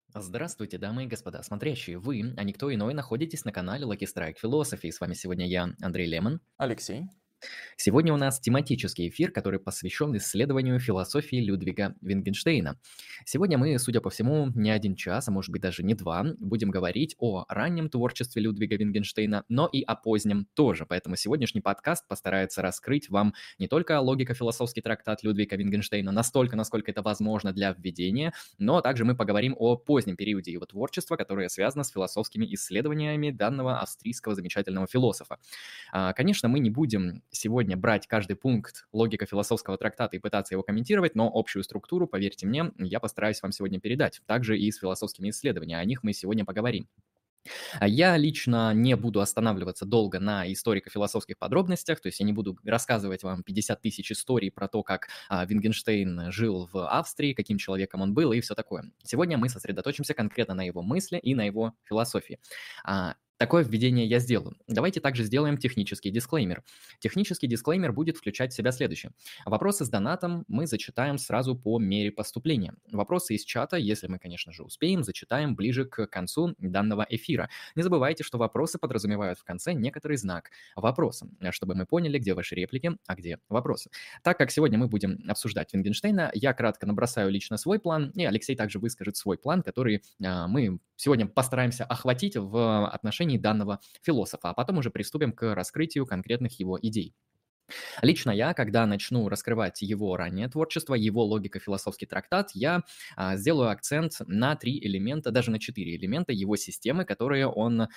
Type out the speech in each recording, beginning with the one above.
Здравствуйте, дамы и господа смотрящие. Вы, а никто иной, находитесь на канале Lucky Strike Philosophy. С вами сегодня я, Андрей Лемон. Алексей. Сегодня у нас тематический эфир, который посвящен исследованию философии Людвига Wittgensteina. Сегодня мы, судя по всему, не один час, а может быть даже не два, будем говорить о раннем творчестве Людвига Wittgensteina, но и о позднем тоже. Поэтому сегодняшний подкаст постарается раскрыть вам не только логико-философский трактат Людвига Wittgensteina, настолько, насколько это возможно для введения, но также мы поговорим о позднем периоде его творчества, которое связано с философскими исследованиями данного австрийского замечательного философа. Конечно, мы не будем сегодня брать каждый пункт логико-философского трактата и пытаться его комментировать, но общую структуру, поверьте мне, я постараюсь вам сегодня передать. Также и с философскими исследованиями, о них мы сегодня поговорим. Я лично не буду останавливаться долго на историко-философских подробностях, то есть я не буду рассказывать вам 50 тысяч историй про то, как Wittgenstein жил в Австрии, каким человеком он был и все такое. Сегодня мы сосредоточимся конкретно на его мысли и на его философии. Такое введение я сделаю. Давайте также сделаем технический дисклеймер. Технический дисклеймер будет включать в себя следующее. Вопросы с донатом мы зачитаем сразу по мере поступления. Вопросы из чата, если мы, конечно же, успеем, зачитаем ближе к концу данного эфира. Не забывайте, что вопросы подразумевают в конце некоторый знак вопроса, чтобы мы поняли, где ваши реплики, а где вопросы. Так как сегодня мы будем обсуждать Wittgensteina, я кратко набросаю лично свой план, и Алексей также выскажет свой план, который мы сегодня постараемся охватить в отношении данного философа, а потом уже приступим к раскрытию конкретных его идей. Лично я, когда начну раскрывать его раннее творчество, его логико-философский трактат, я сделаю акцент на 3 элемента, даже на 4 элемента его системы, которые он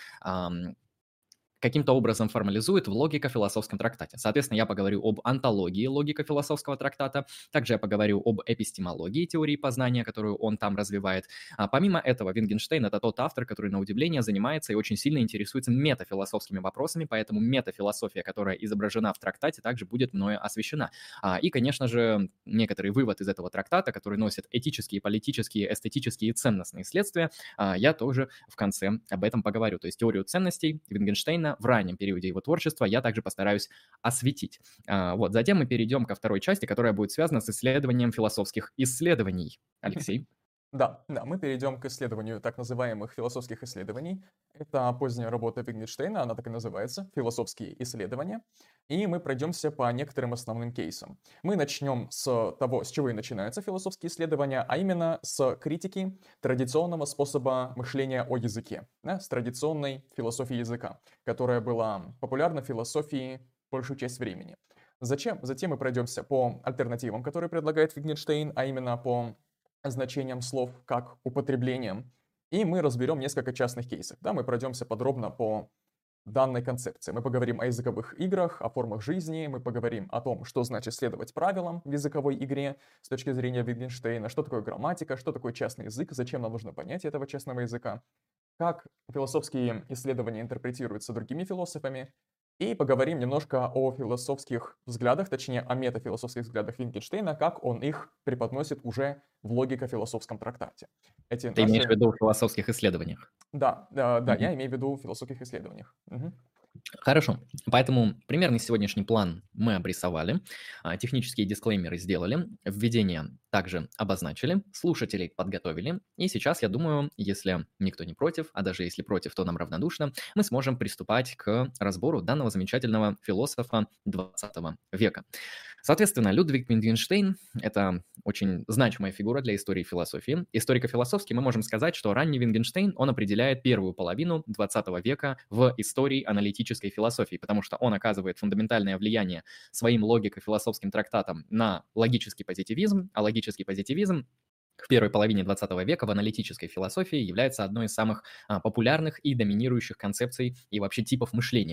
каким-то образом формализует в логико-философском трактате. Соответственно, я поговорю об онтологии логико-философского трактата, также я поговорю об эпистемологии теории познания, которую он там развивает. Помимо этого, Wittgenstein — это тот автор, который, на удивление, занимается и очень сильно интересуется метафилософскими вопросами, поэтому метафилософия, которая изображена в трактате, также будет мною освещена. И, конечно же, некоторый вывод из этого трактата, который носит этические, политические, эстетические и ценностные следствия, я тоже в конце об этом поговорю. То есть теорию ценностей Wittgensteina в раннем периоде его творчества я также постараюсь осветить. Затем мы перейдем ко второй части, которая будет связана с исследованием философских исследований. Алексей? Да, мы перейдем к исследованию так называемых философских исследований. Это поздняя работа Wittgensteina, она так и называется, «Философские исследования». И мы пройдемся по некоторым основным кейсам. Мы начнем с того, с чего и начинаются философские исследования, а именно с критики традиционного способа мышления о языке, с традиционной философии языка, которая была популярна в философии большую часть времени. Затем мы пройдемся по альтернативам, которые предлагает Wittgenstein, а именно по значением слов как употреблением. И мы разберем несколько частных кейсов. Мы пройдемся подробно по данной концепции. Мы поговорим о языковых играх, о формах жизни, мы поговорим о том, что значит следовать правилам в языковой игре с точки зрения Wittgensteina, что такое грамматика, что такое частный язык, зачем нам нужно понятие этого частного языка, как философские исследования интерпретируются другими философами, и поговорим немножко о философских взглядах, точнее о метафилософских взглядах Wittgensteina, как он их преподносит уже в логико-философском трактате. Эти Ты имеешь в наши... виду в философских исследованиях? Да, Мгм. я имею в виду в философских исследованиях. Мгм. Хорошо. Поэтому примерный сегодняшний план мы обрисовали, технические дисклеймеры сделали, введение также обозначили, слушателей подготовили. И сейчас, я думаю, если никто не против, а даже если против, то нам равнодушно, мы сможем приступать к разбору данного замечательного философа 20 века. Соответственно, Людвиг Wittgenstein — это очень значимая фигура для истории философии. Историко-философски мы можем сказать, что ранний Wittgenstein, он определяет первую половину 20 века в истории аналитической философии, потому что он оказывает фундаментальное влияние своим логико-философским трактатом на логический позитивизм, а логический позитивизм в первой половине 20 века в аналитической философии является одной из самых популярных и доминирующих концепций и вообще типов мышления.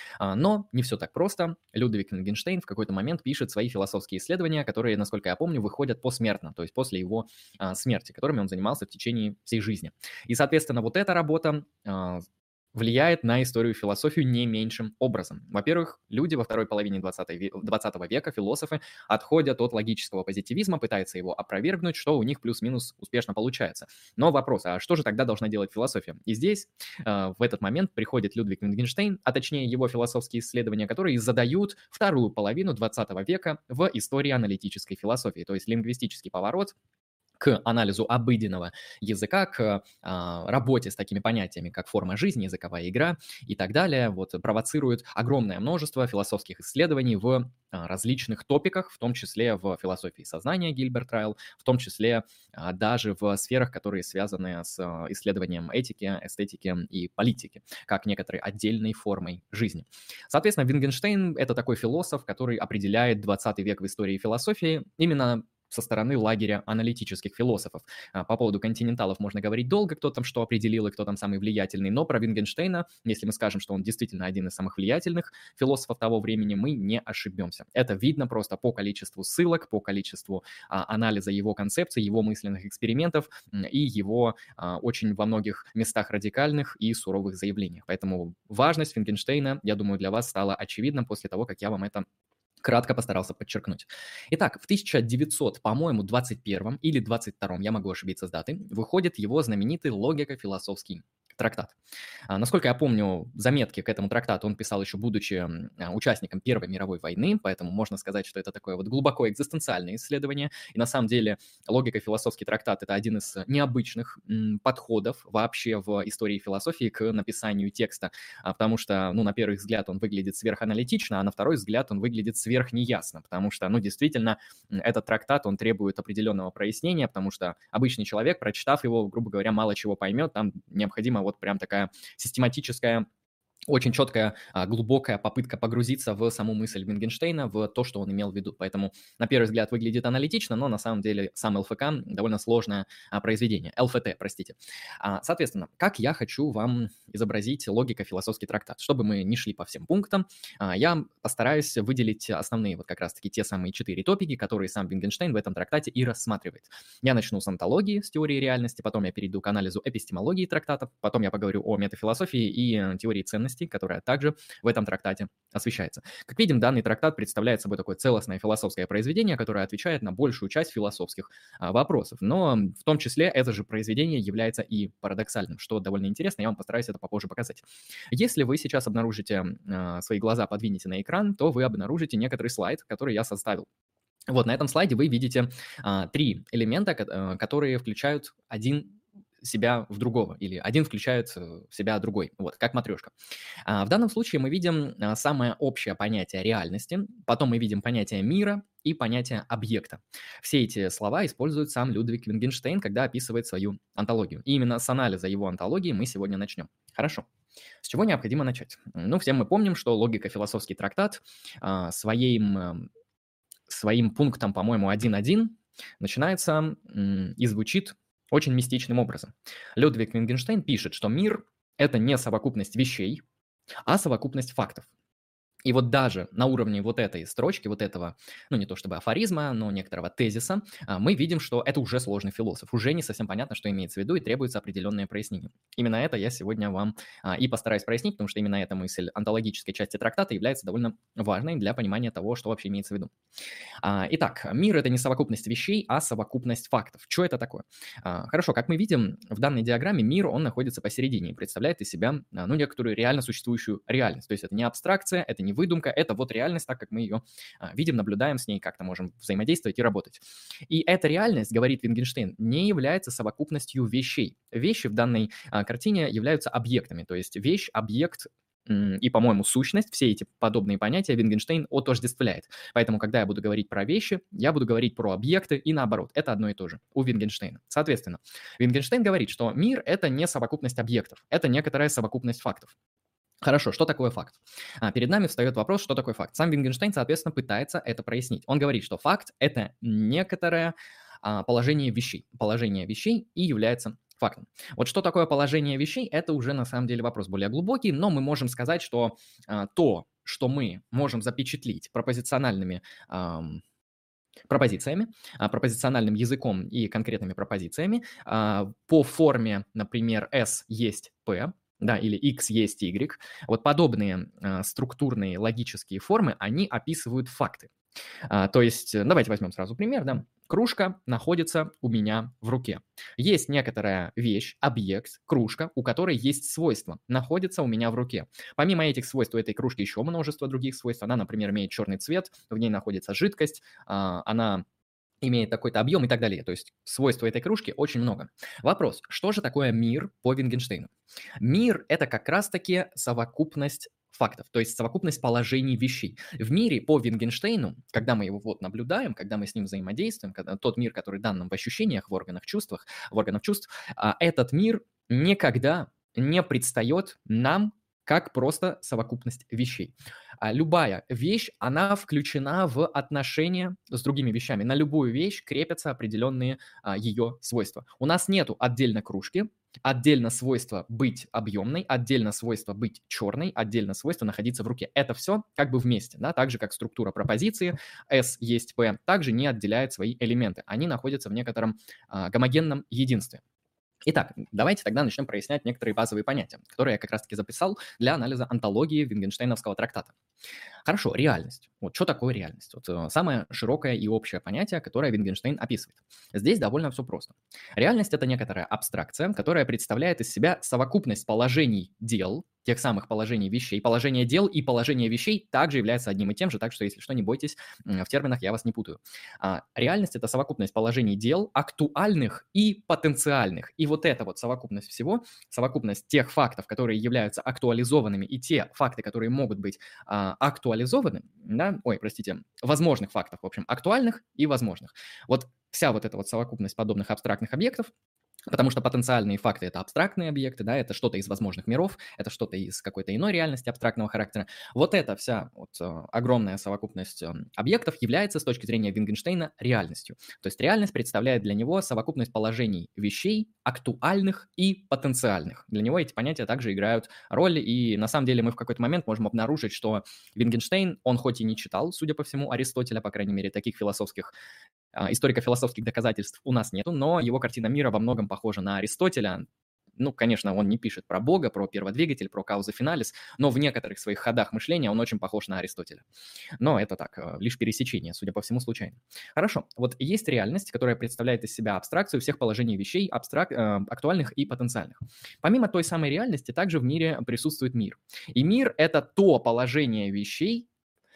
Но не все так просто. Людвиг Wittgenstein в какой-то момент пишет свои философские исследования, которые, насколько я помню, выходят посмертно, то есть после его смерти, которыми он занимался в течение всей жизни. И, соответственно, вот эта работа влияет на историю философии не меньшим образом. Во-первых, люди во второй половине 20 века, философы, отходят от логического позитивизма, пытаются его опровергнуть, что у них плюс-минус успешно получается. Но вопрос, а что же тогда должна делать философия? И здесь в этот момент приходит Людвиг Wittgenstein, а точнее его философские исследования, которые задают вторую половину 20 века в истории аналитической философии, то есть лингвистический поворот к анализу обыденного языка, к работе с такими понятиями, как форма жизни, языковая игра и так далее, вот, провоцирует огромное множество философских исследований в различных топиках, в том числе в философии сознания Гильберт Райл, в том числе даже в сферах, которые связаны с исследованием этики, эстетики и политики, как некоторой отдельной формой жизни. Соответственно, Wittgenstein — это такой философ, который определяет 20 век в истории философии именно со стороны лагеря аналитических философов. По поводу континенталов можно говорить долго, кто там что определил и кто там самый влиятельный, но про Wittgensteina, если мы скажем, что он действительно один из самых влиятельных философов того времени, мы не ошибемся. Это видно просто по количеству ссылок, по количеству анализа его концепций, его мысленных экспериментов и его очень во многих местах радикальных и суровых заявлениях. Поэтому важность Wittgensteina, я думаю, для вас стала очевидна после того, как я вам это кратко постарался подчеркнуть. Итак, в 1900, по-моему, 21 или 22, я могу ошибиться с датой, выходит его знаменитый логико-философский трактат. Насколько я помню, заметки к этому трактату он писал еще будучи участником Первой мировой войны, поэтому можно сказать, что это такое вот глубоко экзистенциальное исследование. И на самом деле логико-философский трактат — это один из необычных подходов вообще в истории философии к написанию текста, потому что, ну, на первый взгляд он выглядит сверханалитично, а на второй взгляд он выглядит сверхнеясно, потому что, ну, действительно, этот трактат, он требует определенного прояснения, потому что обычный человек, прочитав его, грубо говоря, мало чего поймет, там необходимо вот прям такая систематическая, очень четкая, глубокая попытка погрузиться в саму мысль Wittgensteina, в то, что он имел в виду. Поэтому на первый взгляд выглядит аналитично, но на самом деле сам ЛФК довольно сложное произведение. ЛФТ, простите. Соответственно, как я хочу вам изобразить логико-философский трактат? Чтобы мы не шли по всем пунктам, я постараюсь выделить основные вот как раз-таки те самые 4 топики, которые сам Wittgenstein в этом трактате и рассматривает. Я начну с онтологии, с теории реальности, потом я перейду к анализу эпистемологии трактата, потом я поговорю о метафилософии и теории ценностей, которая также в этом трактате освещается. Как видим, данный трактат представляет собой такое целостное философское произведение, которое отвечает на большую часть философских вопросов. Но в том числе это же произведение является и парадоксальным, что довольно интересно, я вам постараюсь это попозже показать. Если вы сейчас обнаружите, свои глаза подвинете на экран, то вы обнаружите некоторый слайд, который я составил. Вот на этом слайде вы видите 3 элемента, которые включают один себя в другого, или один включает в себя другой, вот, как матрешка. В данном случае мы видим самое общее понятие реальности, потом мы видим понятие мира и понятие объекта. Все эти слова использует сам Людвиг Wittgenstein, когда описывает свою онтологию. И именно с анализа его онтологии мы сегодня начнем. Хорошо. С чего необходимо начать? Ну, все мы помним, что логико-философский трактат своим пунктом, по-моему, 1.1 начинается и звучит очень мистичным образом. Людвиг Wittgenstein пишет, что мир — это не совокупность вещей, а совокупность фактов. И вот даже на уровне вот этой строчки, вот этого, ну не то чтобы афоризма, но некоторого тезиса, мы видим, что это уже сложный философ. Уже не совсем понятно, что имеется в виду, и требуется определенное прояснение. Именно это я сегодня вам и постараюсь прояснить, потому что именно эта мысль онтологической части трактата является довольно важной для понимания того, что вообще имеется в виду. Итак, мир — это не совокупность вещей, а совокупность фактов. Что это такое? Хорошо, как мы видим, в данной диаграмме мир, он находится посередине и представляет из себя, ну, некоторую реально существующую реальность. То есть это не абстракция, это не выдумка, это вот реальность, так как мы ее видим, наблюдаем с ней, как-то можем взаимодействовать и работать. И эта реальность, говорит Wittgenstein, не является совокупностью вещей. Вещи в данной картине являются объектами, то есть вещь, объект и, по-моему, сущность, все эти подобные понятия Wittgenstein отождествляет. Поэтому, когда я буду говорить про вещи, я буду говорить про объекты и наоборот. Это одно и то же у Wittgensteina. Соответственно, Wittgenstein говорит, что мир — это не совокупность объектов, это некоторая совокупность фактов. Хорошо, что такое факт? Перед нами встает вопрос, что такое факт. Сам Wittgenstein, соответственно, пытается это прояснить. Он говорит, что факт — это некоторое положение вещей и является фактом. Вот что такое положение вещей, это уже на самом деле вопрос более глубокий, но мы можем сказать, что то, что мы можем запечатлить пропозициональными пропозициями, пропозициональным языком и конкретными пропозициями, по форме, например, S есть P, да, или X есть Y, вот подобные структурные логические формы, они описывают факты. То есть, давайте возьмем сразу пример, да. Кружка находится у меня в руке. Есть некоторая вещь, объект, кружка, у которой есть свойства, находится у меня в руке. Помимо этих свойств у этой кружки еще множество других свойств. Она, например, имеет черный цвет, в ней находится жидкость, она имеет такой-то объем и так далее. То есть свойства этой кружки очень много. Вопрос, что же такое мир по Wittgensteinu? Мир – это как раз-таки совокупность фактов, то есть совокупность положений вещей. В мире по Wittgensteinu, когда мы его вот наблюдаем, когда мы с ним взаимодействуем, когда тот мир, который дан нам в ощущениях, в органах чувствах, в органах чувств, этот мир никогда не предстает нам как просто совокупность вещей. Любая вещь, она включена в отношения с другими вещами. На любую вещь крепятся определенные ее свойства. У нас нету отдельно кружки, отдельно свойство быть объемной, отдельно свойство быть черной, отдельно свойство находиться в руке. Это все как бы вместе, да, так же как структура пропозиции S есть P, также не отделяет свои элементы. Они находятся в некотором гомогенном единстве. Итак, давайте тогда начнем прояснять некоторые базовые понятия, которые я как раз-таки записал для анализа онтологии Wittgensteiновского трактата. Хорошо, реальность. Вот что такое реальность? Вот самое широкое и общее понятие, которое Wittgenstein описывает. Здесь довольно все просто. Реальность – это некоторая абстракция, которая представляет из себя совокупность положений дел, тех самых положений вещей. Положение дел и положение вещей также являются одним и тем же, так что, если что, не бойтесь, в терминах я вас не путаю. Реальность – это совокупность положений дел, актуальных и потенциальных. И вот эта вот совокупность всего, совокупность тех фактов, которые являются актуализованными, и те факты, которые могут быть актуализованы, да, возможных фактов, в общем, актуальных и возможных. Вот вся вот эта вот совокупность подобных абстрактных объектов, потому что потенциальные факты – это абстрактные объекты, да, это что-то из возможных миров, это что-то из какой-то иной реальности абстрактного характера. Вот эта вся огромная совокупность объектов является с точки зрения Wittgensteina реальностью. То есть реальность представляет для него совокупность положений вещей, актуальных и потенциальных. Для него эти понятия также играют роль, и на самом деле мы в какой-то момент можем обнаружить, что Wittgenstein, он хоть и не читал, судя по всему, Аристотеля, по крайней мере, таких историко-философских доказательств у нас нету, но его картина мира во многом похожа на Аристотеля. Ну, конечно, он не пишет про Бога, про перводвигатель, про кауза финалис, но в некоторых своих ходах мышления он очень похож на Аристотеля. Но это так, лишь пересечение, судя по всему, случайно. Хорошо, вот есть реальность, которая представляет из себя абстракцию всех положений вещей, актуальных и потенциальных. Помимо той самой реальности, также в мире присутствует мир. И мир – это то положение вещей,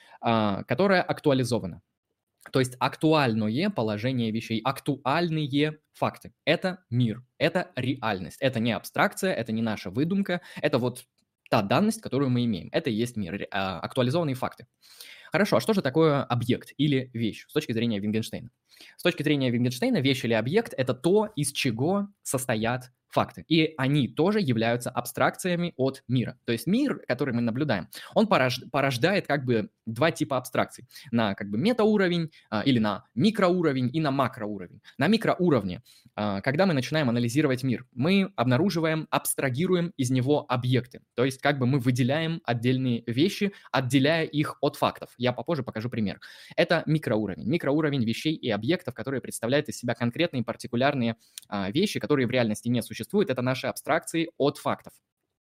которое актуализовано. То есть актуальное положение вещей, актуальные факты. Это мир, это реальность. Это не абстракция, это не наша выдумка, это вот та данность, которую мы имеем. Это и есть мир, актуализованные факты. Хорошо, а что же такое объект или вещь с точки зрения Wittgensteina? С точки зрения Wittgensteina вещь или объект – это то, из чего состоят факты. И они тоже являются абстракциями от мира. То есть мир, который мы наблюдаем, он порождает как бы два типа абстракций. На как бы метауровень или на микроуровень и на макроуровень. На микроуровне, когда мы начинаем анализировать мир, мы обнаруживаем, абстрагируем из него объекты. То есть как бы мы выделяем отдельные вещи, отделяя их от фактов. Я попозже покажу пример. Это микроуровень. Микроуровень вещей и объектов, которые представляют из себя конкретные партикулярные вещи, которые в реальности не существуют. Это наши абстракции от фактов.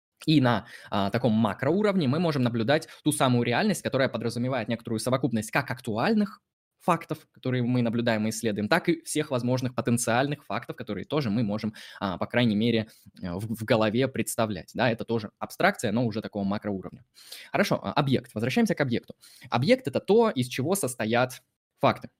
И на таком макроуровне мы можем наблюдать ту самую реальность, которая подразумевает некоторую совокупность как актуальных фактов, которые мы наблюдаем и исследуем, так и всех возможных потенциальных фактов, которые тоже мы можем, по крайней мере, в голове представлять. Да, это тоже абстракция, но уже такого макроуровня. Хорошо, объект. Возвращаемся к объекту. Объект – это то, из чего состоят факты.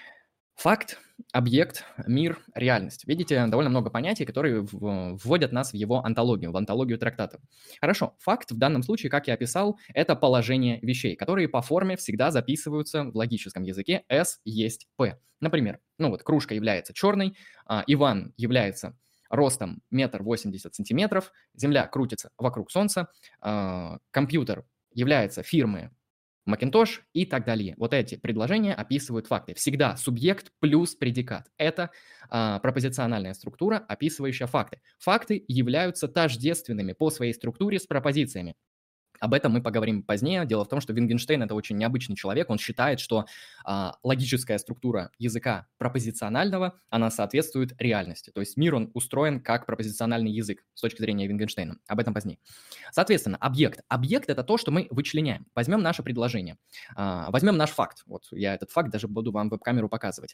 Факт, объект, мир, реальность. Видите, довольно много понятий, которые вводят нас в его онтологию, в онтологию трактата. Хорошо, факт в данном случае, как я описал, это положение вещей, которые по форме всегда записываются в логическом языке S есть P. Например, кружка является черной, Иван является ростом 1,80 м, Земля крутится вокруг Солнца, компьютер является фирмой Macintosh и так далее. Вот эти предложения описывают факты. Всегда субъект плюс предикат. Это пропозициональная структура, описывающая факты. Факты являются тождественными по своей структуре с пропозициями. Об этом мы поговорим позднее. Дело в том, что Wittgenstein – это очень необычный человек. Он считает, что логическая структура языка пропозиционального, она соответствует реальности. То есть мир, он устроен как пропозициональный язык с точки зрения Wittgensteina. Об этом позднее. Соответственно, объект. Объект – это то, что мы вычленяем. Возьмем наше предложение. Возьмем наш факт. Вот я этот факт даже буду вам в веб-камеру показывать.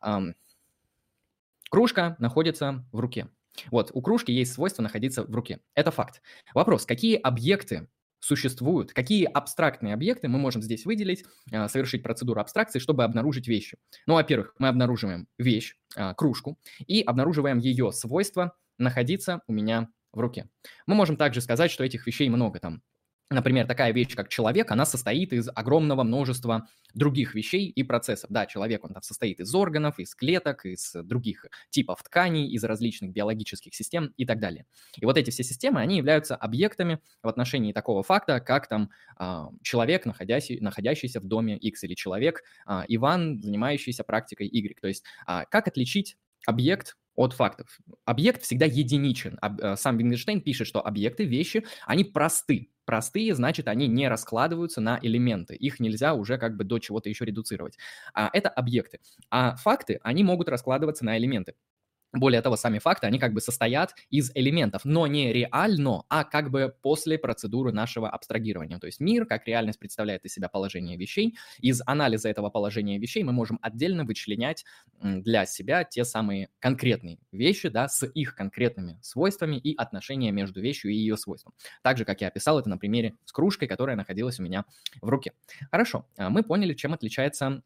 Кружка находится в руке. Вот, у кружки есть свойство находиться в руке. Это факт. Вопрос, какие объекты существуют, какие абстрактные объекты мы можем здесь выделить, совершить процедуру абстракции, чтобы обнаружить вещи. Ну, во-первых, мы обнаруживаем вещь, кружку, и обнаруживаем ее свойство находиться у меня в руке. Мы можем также сказать, что этих вещей много там. Например, такая вещь, как человек, она состоит из огромного множества других вещей и процессов. Да, человек, он там состоит из органов, из клеток, из других типов тканей, из различных биологических систем и так далее. И вот эти все системы, они являются объектами в отношении такого факта, как там человек, находящийся в доме X, или человек, Иван, занимающийся практикой Y. То есть как отличить объект от фактов? Объект всегда единичен. Сам Wittgenstein пишет, что объекты, вещи, они просты. Простые, значит, они не раскладываются на элементы. Их нельзя уже как бы до чего-то еще редуцировать. Это объекты. А факты, они могут раскладываться на элементы. Более того, сами факты, они как бы состоят из элементов, но не реально, а как бы после процедуры нашего абстрагирования. То есть мир, как реальность, представляет из себя положение вещей. Из анализа этого положения вещей мы можем отдельно вычленять для себя те самые конкретные вещи, да, с их конкретными свойствами и отношения между вещью и ее свойством. Так же, как я описал это на примере с кружкой, которая находилась у меня в руке. Хорошо, мы поняли, чем отличается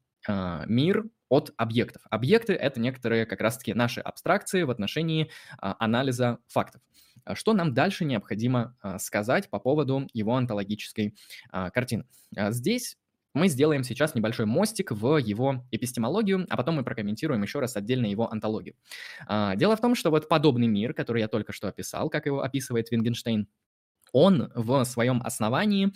мир от объектов. Объекты — это некоторые как раз-таки наши абстракции в отношении анализа фактов. Что нам дальше необходимо сказать по поводу его онтологической картины? Здесь мы сделаем сейчас небольшой мостик в его эпистемологию, а потом мы прокомментируем еще раз отдельно его онтологию. Дело в том, что вот подобный мир, который я только что описал, как его описывает Wittgenstein, он в своем основании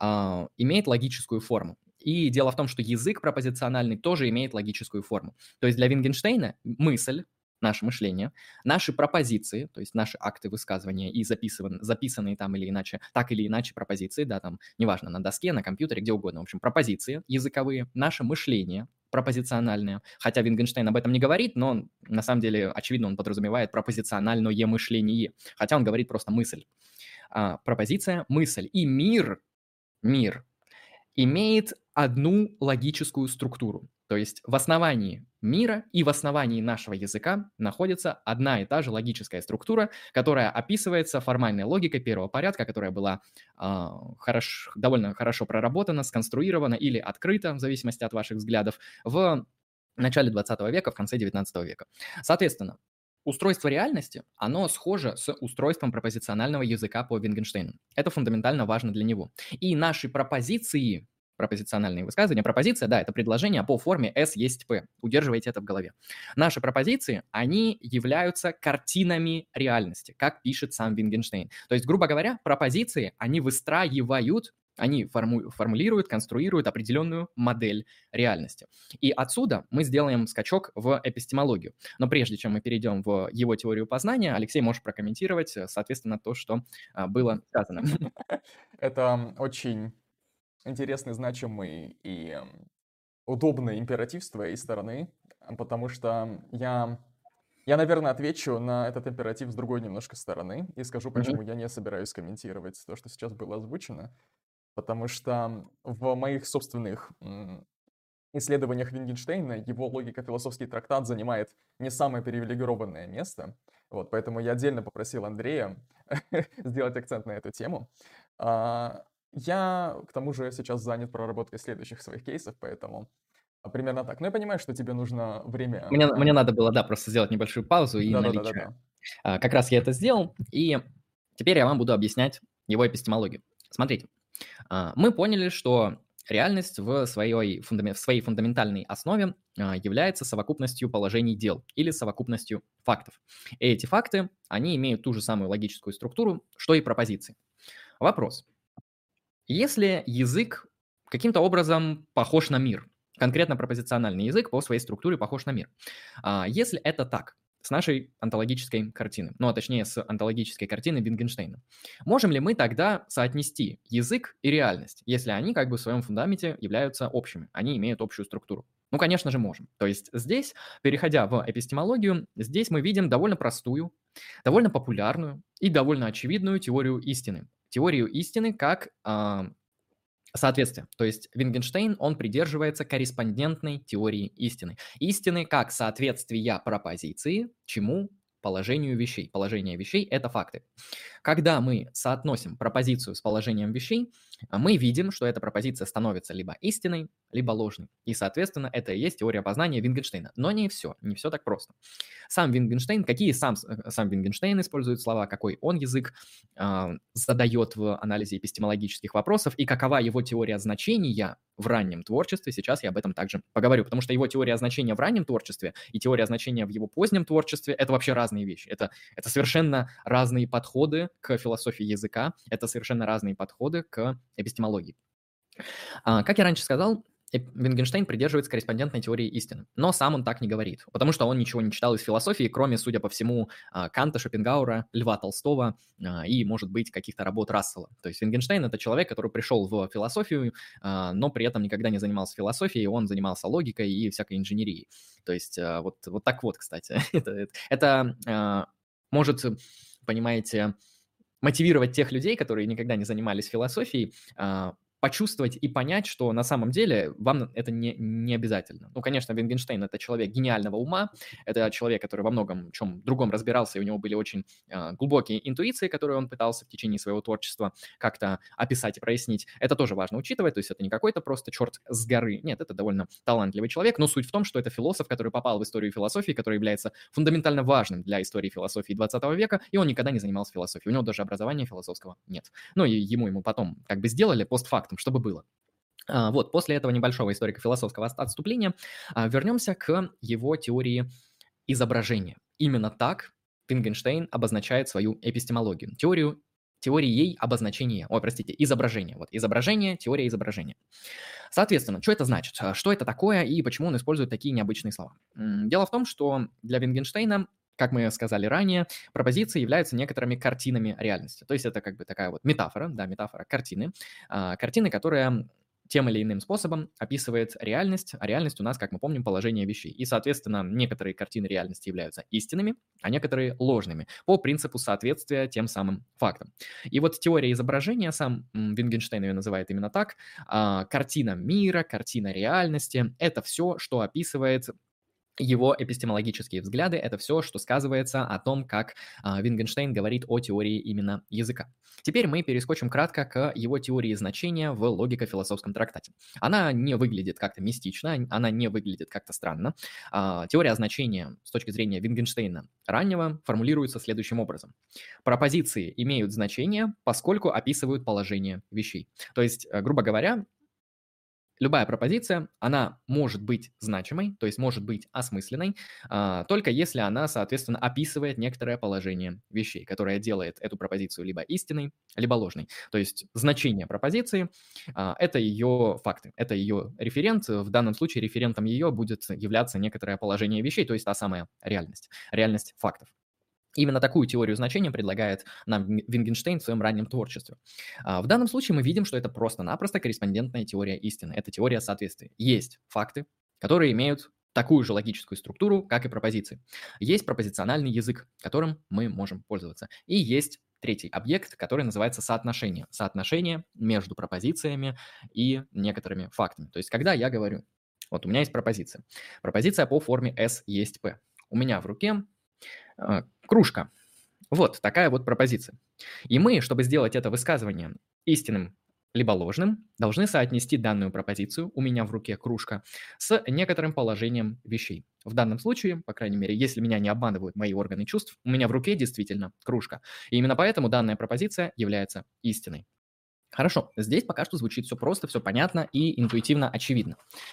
имеет логическую форму. И дело в том, что язык пропозициональный тоже имеет логическую форму. То есть для Wittgensteina мысль, наше мышление, наши пропозиции, то есть наши акты высказывания и записанные там или иначе, так или иначе пропозиции, да, там, неважно, на доске, на компьютере, где угодно, в общем, пропозиции языковые, наше мышление пропозициональное, хотя Wittgenstein об этом не говорит, но на самом деле, очевидно, он подразумевает пропозициональное мышление, хотя он говорит просто мысль. Пропозиция, мысль и мир имеет одну логическую структуру. То есть в основании мира и в основании нашего языка находится одна и та же логическая структура, которая описывается формальной логикой первого порядка, которая была довольно хорошо проработана, сконструирована или открыта, в зависимости от ваших взглядов, в начале 20 века, в конце 19 века. Соответственно, устройство реальности, оно схоже с устройством пропозиционального языка по Wittgensteinu. Это фундаментально важно для него. И наши пропозиции, пропозициональные высказывания, пропозиция, да, это предложение по форме S есть P. Удерживайте это в голове. Наши пропозиции, они являются картинами реальности, как пишет сам Wittgenstein. То есть, грубо говоря, пропозиции, они выстраивают, они формулируют, конструируют определенную модель реальности. И отсюда мы сделаем скачок в эпистемологию. Но прежде чем мы перейдем в его теорию познания, Алексей, можешь прокомментировать, соответственно, то, что было сказано. Это очень интересный, значимый и удобный императив с твоей стороны, потому что я, наверное, отвечу на этот императив с другой немножко стороны и скажу, почему я не собираюсь комментировать то, что сейчас было озвучено. Потому что в моих собственных исследованиях Wittgensteina его логико-философский трактат занимает не самое привилегированное место. Вот, поэтому я отдельно попросил Андрея сделать акцент на эту тему. Я, к тому же, сейчас занят проработкой следующих своих кейсов, поэтому примерно так. Но я понимаю, что тебе нужно время... Мне надо было, да, просто сделать небольшую паузу и налить Да-да-да-да-да. чаю. Как раз я это сделал, и теперь я вам буду объяснять его эпистемологию. Смотрите, мы поняли, что реальность в своей фундаментальной основе является совокупностью положений дел или совокупностью фактов. И эти факты, они имеют ту же самую логическую структуру, что и пропозиции. Вопрос. Если язык каким-то образом похож на мир, конкретно пропозициональный язык по своей структуре похож на мир, если это так, с нашей онтологической картины, ну, а точнее, с онтологической картины Wittgensteina, можем ли мы тогда соотнести язык и реальность, если они как бы в своем фундаменте являются общими, они имеют общую структуру? Ну, конечно же, можем. То есть здесь, переходя в эпистемологию, здесь мы видим довольно простую, довольно популярную и довольно очевидную теорию истины. Теорию истины как соответствие. То есть Wittgenstein, он придерживается корреспондентной теории истины. Истины как соответствия пропозиции чему? положению вещей. Положение вещей – это факты. Когда мы соотносим пропозицию с положением вещей, мы видим, что эта пропозиция становится либо истинной, либо ложной. И, соответственно, это и есть теория познания Wittgenstein. Но не все так просто. Сам Wittgenstein, сам Wittgenstein использует слова, какой он язык задает в анализе эпистемологических вопросов и какова его теория значения в раннем творчестве, сейчас я об этом также поговорю, потому что его теория значения в раннем творчестве и теория значения в его позднем творчестве – это вообще разные вещи. Это совершенно разные подходы к философии языка, это совершенно разные подходы к эпистемологии. Как я раньше сказал, Wittgenstein придерживается корреспондентной теории истины, но сам он так не говорит, потому что он ничего не читал из философии, кроме, судя по всему, Канта, Шопенгауэра, Льва Толстого и, может быть, каких-то работ Рассела. То есть Wittgenstein – это человек, который пришел в философию, но при этом никогда не занимался философией, он занимался логикой и всякой инженерией. То есть вот так вот, кстати. Это может, понимаете, мотивировать тех людей, которые никогда не занимались философией, почувствовать и понять, что на самом деле вам это не обязательно. Ну, конечно, Wittgenstein – это человек гениального ума, это человек, который во многом чем другом разбирался, и у него были очень глубокие интуиции, которые он пытался в течение своего творчества как-то описать и прояснить. Это тоже важно учитывать, то есть это не какой-то просто черт с горы. Нет, это довольно талантливый человек, но суть в том, что это философ, который попал в историю философии, который является фундаментально важным для истории философии 20 века, и он никогда не занимался философией. У него даже образования философского нет. Ну и ему потом как бы сделали постфактум, чтобы было. Вот, после этого небольшого историко-философского отступления вернемся к его теории изображения. Именно так Wittgenstein обозначает свою эпистемологию. Теорией обозначения, изображения. Вот, изображение, теория изображения. Соответственно, что это значит? Что это такое и почему он использует такие необычные слова? Дело в том, что для Wittgensteina, как мы сказали ранее, пропозиции являются некоторыми картинами реальности. То есть это как бы такая вот метафора, да, метафора картины. Картины, которая тем или иным способом описывает реальность, а реальность у нас, как мы помним, положение вещей. И, соответственно, некоторые картины реальности являются истинными, а некоторые ложными, по принципу соответствия тем самым фактам. И вот теория изображения, сам Wittgenstein ее называет именно так, картина мира, картина реальности – это все, что описывает его эпистемологические взгляды, это все, что сказывается о том, как Wittgenstein говорит о теории именно языка. Теперь мы перескочим кратко к его теории значения в логико-философском трактате. Она не выглядит как-то мистично, она не выглядит как-то странно. Теория значения с точки зрения Wittgensteina раннего формулируется следующим образом. Пропозиции имеют значение, поскольку описывают положение вещей. То есть, грубо говоря, любая пропозиция, она может быть значимой, то есть может быть осмысленной, только если она, соответственно, описывает некоторое положение вещей, которое делает эту пропозицию либо истинной, либо ложной. То есть значение пропозиции это ее факты, это ее референт. В данном случае референтом ее будет являться некоторое положение вещей, то есть та самая реальность фактов. Именно такую теорию значения предлагает нам Wittgenstein в своем раннем творчестве. В данном случае мы видим, что это просто-напросто корреспондентная теория истины. Это теория соответствия. Есть факты, которые имеют такую же логическую структуру, как и пропозиции. Есть пропозициональный язык, которым мы можем пользоваться. И есть третий объект, который называется соотношение. Соотношение между пропозициями и некоторыми фактами. То есть, когда я говорю, вот у меня есть пропозиция. Пропозиция по форме S есть P. У меня в руке кружка. Вот такая вот пропозиция. И мы, чтобы сделать это высказывание истинным либо ложным, должны соотнести данную пропозицию «у меня в руке кружка» с некоторым положением вещей. В данном случае, по крайней мере, если меня не обманывают мои органы чувств, у меня в руке действительно кружка. И именно поэтому данная пропозиция является истиной. Хорошо, здесь пока что звучит все просто, все понятно и интуитивно очевидно.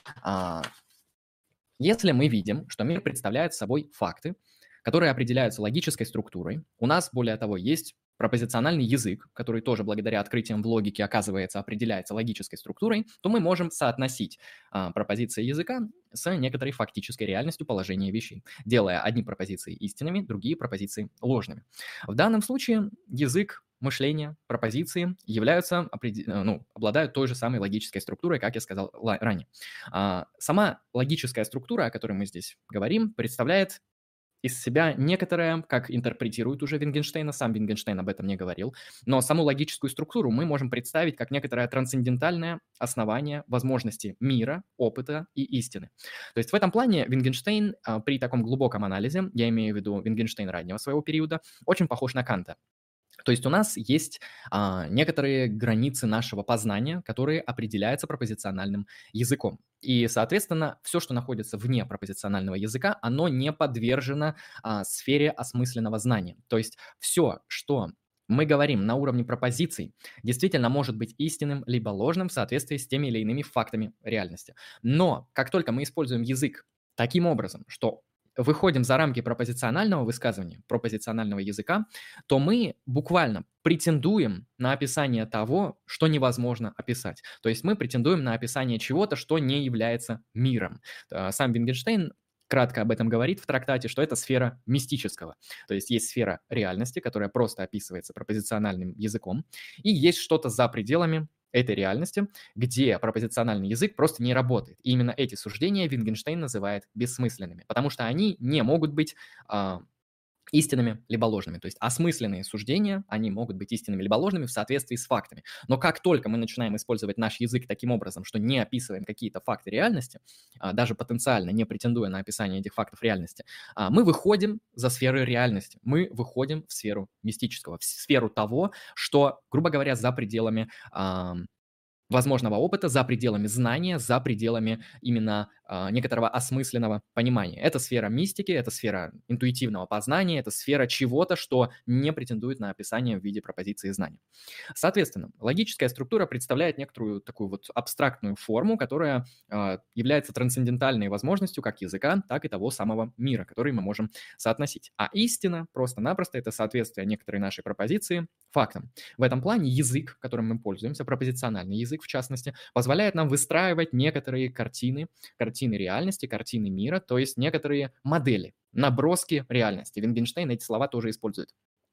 Если мы видим, что мир представляет собой факты, которые определяются логической структурой. У нас, более того, есть пропозициональный язык, который тоже благодаря открытиям в логике, оказывается, определяется логической структурой, то мы можем соотносить пропозиции языка с некоторой фактической реальностью положения вещей, делая одни пропозиции истинными, другие пропозиции ложными. В данном случае язык, мышление, пропозиции обладают той же самой логической структурой, как я сказал ранее. Сама логическая структура, о которой мы здесь говорим, представляет из себя некоторое, как интерпретирует уже Wittgenstein, сам Wittgenstein об этом не говорил, но саму логическую структуру мы можем представить как некоторое трансцендентальное основание возможности мира, опыта и истины. То есть в этом плане Wittgenstein при таком глубоком анализе, я имею в виду Wittgenstein раннего своего периода, очень похож на Канта. То есть у нас есть некоторые границы нашего познания, которые определяются пропозициональным языком. И, соответственно, все, что находится вне пропозиционального языка, оно не подвержено сфере осмысленного знания. То есть все, что мы говорим на уровне пропозиций, действительно может быть истинным либо ложным в соответствии с теми или иными фактами реальности. Но как только мы используем язык таким образом, что выходим за рамки пропозиционального высказывания, пропозиционального языка, то мы буквально претендуем на описание того, что невозможно описать. То есть мы претендуем на описание чего-то, что не является миром. Сам Wittgenstein кратко об этом говорит в трактате, что это сфера мистического. То есть сфера реальности, которая просто описывается пропозициональным языком, и есть что-то за пределами этой реальности, где пропозициональный язык просто не работает. И именно эти суждения Wittgenstein называет бессмысленными, потому что они не могут быть истинными либо ложными. То есть осмысленные суждения, они могут быть истинными либо ложными в соответствии с фактами. Но как только мы начинаем использовать наш язык таким образом, что не описываем какие-то факты реальности, даже потенциально не претендуя на описание этих фактов реальности, мы выходим за сферы реальности, мы выходим в сферу мистического, в сферу того, что, грубо говоря, за пределами возможного опыта, за пределами знания, за пределами именно некоторого осмысленного понимания. Это сфера мистики, это сфера интуитивного познания, это сфера чего-то, что не претендует на описание в виде пропозиции знания. Соответственно, логическая структура представляет некоторую такую вот абстрактную форму, которая является трансцендентальной возможностью как языка, так и того самого мира, который мы можем соотносить. А истина просто-напросто это соответствие некоторой нашей пропозиции фактам. В этом плане язык, которым мы пользуемся, пропозициональный язык в частности, позволяет нам выстраивать некоторые картины реальности, картины мира, то есть некоторые модели, наброски реальности. Wittgenstein эти слова тоже использует.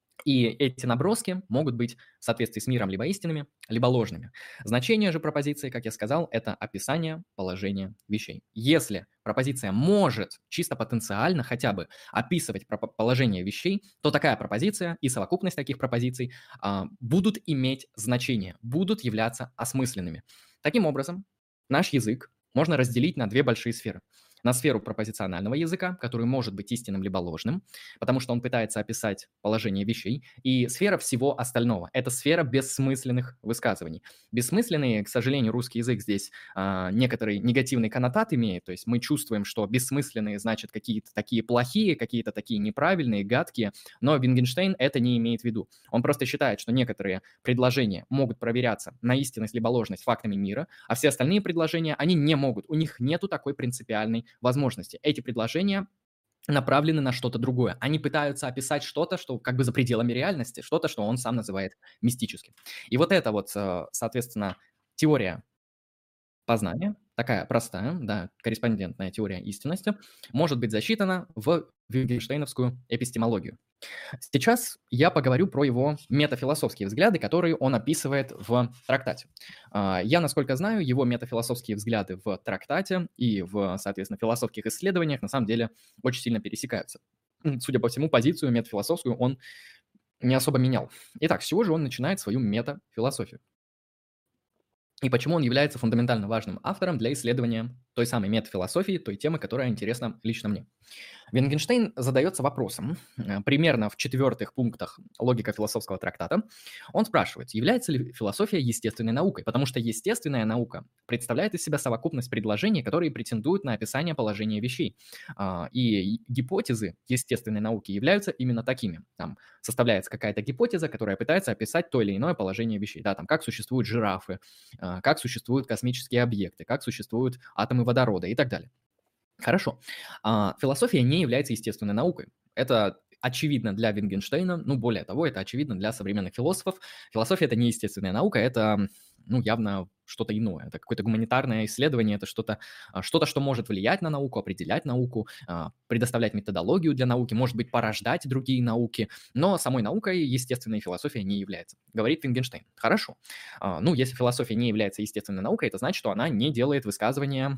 И эти наброски могут быть в соответствии с миром либо истинными, либо ложными. Значение же пропозиции, как я сказал, это описание положения вещей. Если пропозиция может чисто потенциально хотя бы описывать положение вещей, то такая пропозиция и совокупность таких пропозиций будут иметь значение, будут являться осмысленными. Таким образом, наш язык можно разделить на две большие сферы. На сферу пропозиционального языка, который может быть истинным либо ложным, потому что он пытается описать положение вещей, и сфера всего остального. Это сфера бессмысленных высказываний. Бессмысленные, к сожалению, русский язык здесь некоторый негативный коннотат имеет, то есть мы чувствуем, что бессмысленные значит какие-то такие плохие, какие-то такие неправильные, гадкие, но Wittgenstein это не имеет в виду. Он просто считает, что некоторые предложения могут проверяться на истинность либо ложность фактами мира, а все остальные предложения, они не могут, у них нету такой принципиальной возможности. Эти предложения направлены на что-то другое. Они пытаются описать что-то, что как бы за пределами реальности, что-то, что он сам называет мистическим. И вот это вот, соответственно, теория познания, такая простая, да, корреспондентная теория истинности, может быть засчитана в Wittgensteinовскую эпистемологию. Сейчас я поговорю про его метафилософские взгляды, которые он описывает в трактате. Я, насколько знаю, его метафилософские взгляды в трактате и в, соответственно, философских исследованиях на самом деле очень сильно пересекаются. Судя по всему, позицию метафилософскую он не особо менял. Итак, с чего же он начинает свою метафилософию? И почему он является фундаментально важным автором для исследования той самой метафилософии, той темы, которая интересна лично мне. Wittgenstein задается вопросом, примерно в 4 пунктах логика философского трактата. Он спрашивает, является ли философия естественной наукой, потому что естественная наука представляет из себя совокупность предложений, которые претендуют на описание положения вещей. И гипотезы естественной науки являются именно такими. Там составляется какая-то гипотеза, которая пытается описать то или иное положение вещей. Да, там, как существуют жирафы, как существуют космические объекты, как существуют атомы водорода и так далее. Хорошо. Философия не является естественной наукой. Это очевидно для Wittgensteina, ну, более того, это очевидно для современных философов. Философия – это не естественная наука, это, ну, явно что-то иное. Это какое-то гуманитарное исследование, это что-то, что может влиять на науку, определять науку, предоставлять методологию для науки, может быть, порождать другие науки, но самой наукой естественная философия не является, говорит Wittgenstein. Хорошо. Ну, если философия не является естественной наукой, это значит, что она не делает высказывания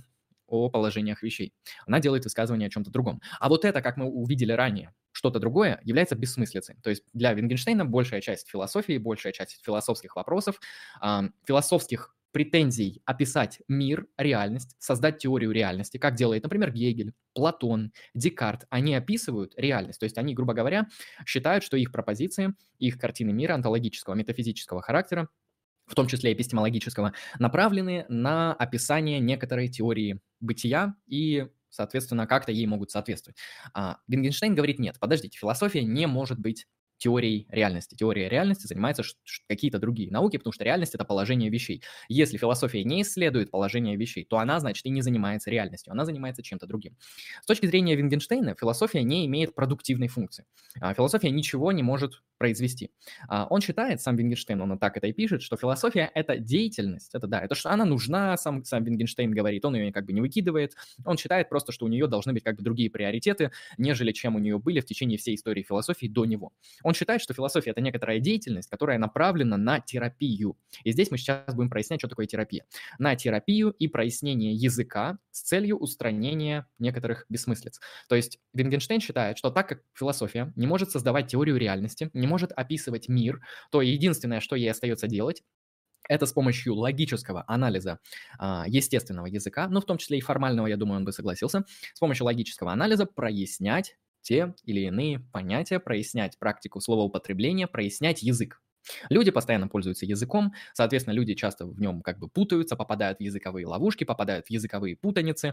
о положениях вещей. Она делает высказывание о чем-то другом. А вот это, как мы увидели ранее, что-то другое является бессмыслицей. То есть для Wittgensteina большая часть философии, большая часть философских вопросов, философских претензий описать мир, реальность, создать теорию реальности, как делает, например, Гегель, Платон, Декарт. Они описывают реальность. То есть они, грубо говоря, считают, что их пропозиции, их картины мира онтологического, метафизического характера, в том числе эпистемологического, направлены на описание некоторой теории бытия и, соответственно, как-то ей могут соответствовать. Wittgenstein говорит, нет, подождите, философия не может быть теорией реальности. Теория реальности занимается какие-то другие науки, потому что реальность – это положение вещей. Если философия не исследует положение вещей, то она, значит, и не занимается реальностью, она занимается чем-то другим. С точки зрения Wittgensteina, философия не имеет продуктивной функции. Философия ничего не может произвести. Он считает, сам Wittgenstein, он так это и пишет, что философия – это деятельность, это да, это что она нужна, сам Wittgenstein говорит, он ее как бы не выкидывает, он считает просто, что у нее должны быть как бы другие приоритеты, нежели чем у нее были в течение всей истории философии до него. Он считает, что философия – это некоторая деятельность, которая направлена на терапию. И здесь мы сейчас будем прояснять, что такое терапия. На терапию и прояснение языка с целью устранения некоторых бессмыслиц. То есть Wittgenstein считает, что так как философия не может создавать теорию реальности, не может описывать мир, то единственное, что ей остается делать, это с помощью логического анализа естественного языка, ну, в том числе и формального, я думаю, он бы согласился, с помощью логического анализа прояснять те или иные понятия, прояснять практику словоупотребления, прояснять язык. Люди постоянно пользуются языком, соответственно, люди часто в нем как бы путаются, попадают в языковые ловушки, попадают в языковые путаницы,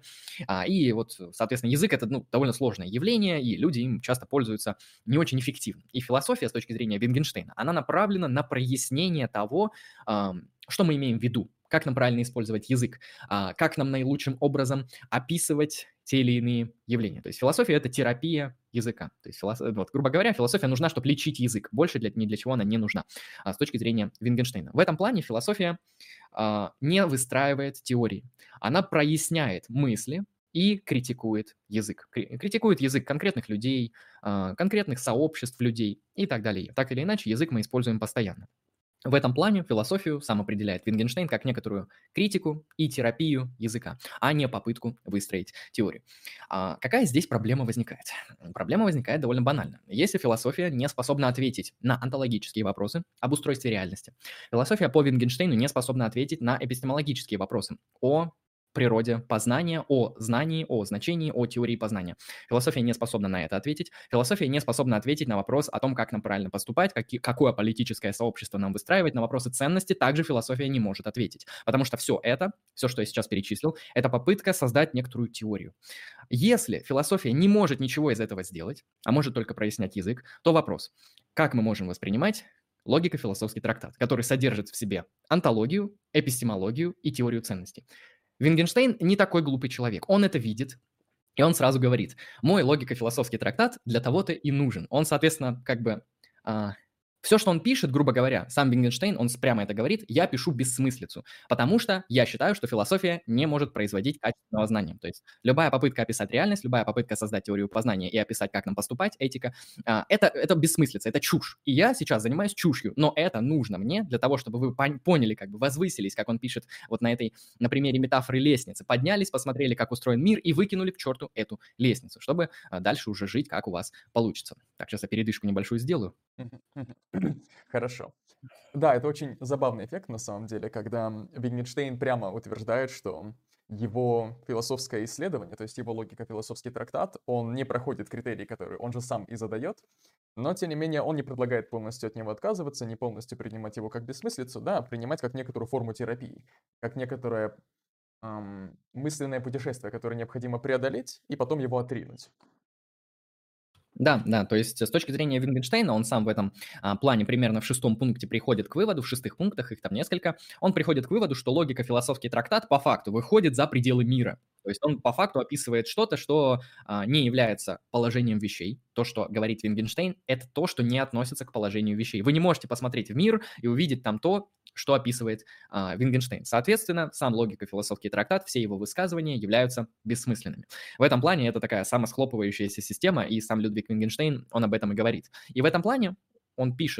и вот, соответственно, язык – это довольно сложное явление, и люди им часто пользуются не очень эффективно. И философия, с точки зрения Wittgensteina, она направлена на прояснение того, что мы имеем в виду, как нам правильно использовать язык, как нам наилучшим образом описывать те или иные явления. То есть философия – это терапия языка. То есть, вот, грубо говоря, философия нужна, чтобы лечить язык. Больше ни для чего она не нужна с точки зрения Wittgensteina. В этом плане философия не выстраивает теории. Она проясняет мысли и критикует язык. Критикует язык конкретных людей, конкретных сообществ людей и так далее. Так или иначе, язык мы используем постоянно. В этом плане философию сам определяет Wittgenstein как некоторую критику и терапию языка, а не попытку выстроить теорию. Какая здесь проблема возникает? Проблема возникает довольно банально. Если философия не способна ответить на онтологические вопросы об устройстве реальности, философия по Wittgensteinu не способна ответить на эпистемологические вопросы о природе познания, о знании, о значении, о теории познания. Философия не способна на это ответить. Философия не способна ответить на вопрос о том, как нам правильно поступать, какое политическое сообщество нам выстраивать, на вопросы ценности также философия не может ответить. Потому что все это, все, что я сейчас перечислил, это попытка создать некоторую теорию. Если философия не может ничего из этого сделать, а может только прояснять язык, то вопрос, как мы можем воспринимать логико-философский трактат, который содержит в себе онтологию, эпистемологию и теорию ценностей. Wittgenstein не такой глупый человек, он это видит, и он сразу говорит, мой логико-философский трактат для того-то и нужен. Он, соответственно, как бы все, что он пишет, грубо говоря, сам Wittgenstein, он прямо это говорит, я пишу бессмыслицу, потому что я считаю, что философия не может производить качественного знания. То есть любая попытка описать реальность, любая попытка создать теорию познания и описать, как нам поступать, этика, это бессмыслица, это чушь. И я сейчас занимаюсь чушью, но это нужно мне для того, чтобы вы поняли, как бы возвысились, как он пишет вот на примере метафоры лестницы, поднялись, посмотрели, как устроен мир и выкинули к черту эту лестницу, чтобы дальше уже жить, как у вас получится. Так, сейчас я передышку небольшую сделаю. Хорошо. Да, это очень забавный эффект на самом деле, когда Wittgenstein прямо утверждает, что его философское исследование, то есть его логико-философский трактат, он не проходит критерии, которые он же сам и задает, но тем не менее он не предлагает полностью от него отказываться, не полностью принимать его как бессмыслицу, да, а принимать как некоторую форму терапии, как некоторое мысленное путешествие, которое необходимо преодолеть и потом его отринуть. Да, да, то есть с точки зрения Wittgensteina, он сам в этом плане примерно в 6 пункте приходит к выводу, в 6 пунктах, их там несколько, он приходит к выводу, что логико-философский трактат по факту выходит за пределы мира. То есть он по факту описывает что-то, что не является положением вещей. То, что говорит Wittgenstein, это то, что не относится к положению вещей. Вы не можете посмотреть в мир и увидеть там то, что описывает Wittgenstein. Соответственно, сам логико-философский трактат, все его высказывания являются бессмысленными. В этом плане это такая самосхлопывающаяся система, и сам Людвиг Wittgenstein, он об этом и говорит. И в этом плане он пишет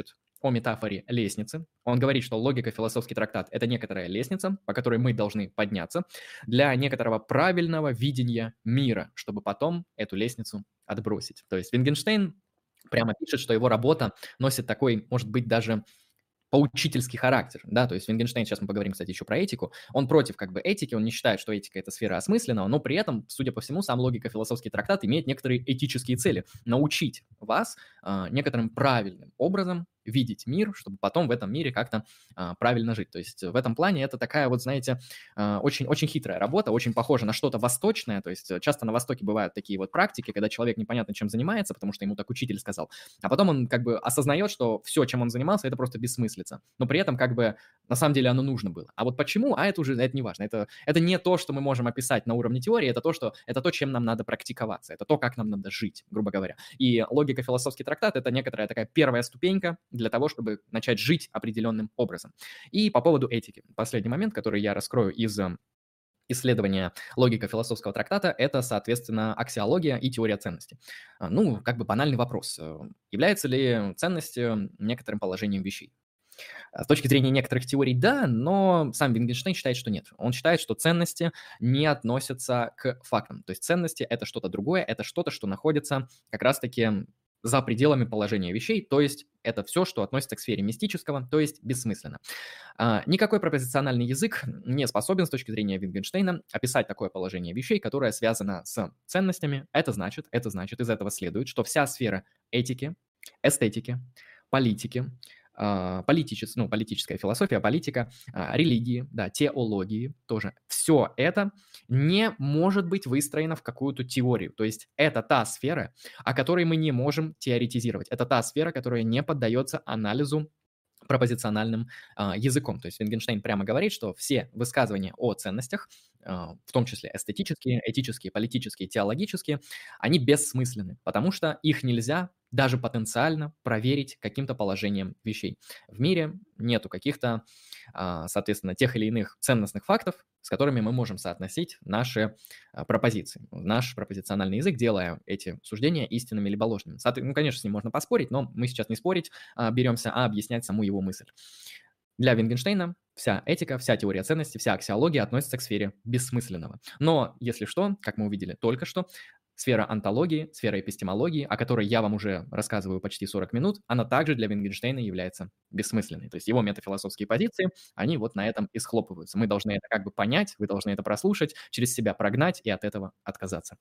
о метафоре лестницы. Он говорит, что логико-философский трактат– это некоторая лестница, по которой мы должны подняться для некоторого правильного видения мира, чтобы потом эту лестницу отбросить. То есть Wittgenstein прямо пишет, что его работа носит такой, может быть, даже поучительский характер, да, то есть Wittgenstein, сейчас мы поговорим, кстати, еще про этику, он против как бы этики, он не считает, что этика– это сфера осмысленного, но при этом, судя по всему, сам логико-философский трактат имеет некоторые этические цели. Научить вас некоторым правильным образом видеть мир, чтобы потом в этом мире как-то правильно жить. То есть в этом плане это такая вот, знаете, очень хитрая работа, очень похожа на что-то восточное, то есть часто на Востоке бывают такие вот практики, когда человек непонятно чем занимается, потому что ему так учитель сказал, а потом он как бы осознает, что все, чем он занимался, это просто бессмыслица. Но при этом как бы на самом деле оно нужно было. А вот почему, это не важно. Это не то, что мы можем описать на уровне теории, это то, чем нам надо практиковаться, это то, как нам надо жить, грубо говоря. И логико-философский трактат– это некоторая такая первая ступенька для того, чтобы начать жить определенным образом. И по поводу этики. Последний момент, который я раскрою из исследования логико-философского трактата– это, соответственно, аксиология и теория ценности. Ну, как бы банальный вопрос. Является ли ценность некоторым положением вещей? С точки зрения некоторых теорий, да, но сам Wittgenstein считает, что нет. Он считает, что ценности не относятся к фактам. То есть ценности– это что-то другое, это что-то, что находится как раз-таки за пределами положения вещей, то есть это все, что относится к сфере мистического, то есть бессмысленно. Никакой пропозициональный язык не способен с точки зрения Wittgensteina описать такое положение вещей, которое связано с ценностями. Это значит, из этого следует, что вся сфера этики, эстетики, политики, политическая философия, политика, религии, да, теологии тоже. Все это не может быть выстроено в какую-то теорию. То есть это та сфера, о которой мы не можем теоретизировать. Это та сфера, которая не поддается анализу пропозициональным языком. То есть Wittgenstein прямо говорит, что все высказывания о ценностях, в том числе эстетические, этические, политические, теологические, они бессмысленны, потому что их нельзя даже потенциально проверить каким-то положением вещей. В мире нету каких-то, соответственно, тех или иных ценностных фактов, с которыми мы можем соотносить наши пропозиции, наш пропозициональный язык, делая эти суждения истинными либо ложными. Ну, конечно, с ним можно поспорить, но мы сейчас не спорить беремся, а объяснять саму его мысль. Для Wittgensteina вся этика, вся теория ценностей, вся аксиология относится к сфере бессмысленного. Но, если что, как мы увидели только что, сфера онтологии, сфера эпистемологии, о которой я вам уже рассказываю почти 40 минут, она также для Wittgensteina является бессмысленной. То есть его метафилософские позиции, они вот на этом и схлопываются. Мы должны это как бы понять, вы должны это прослушать, через себя прогнать и от этого отказаться.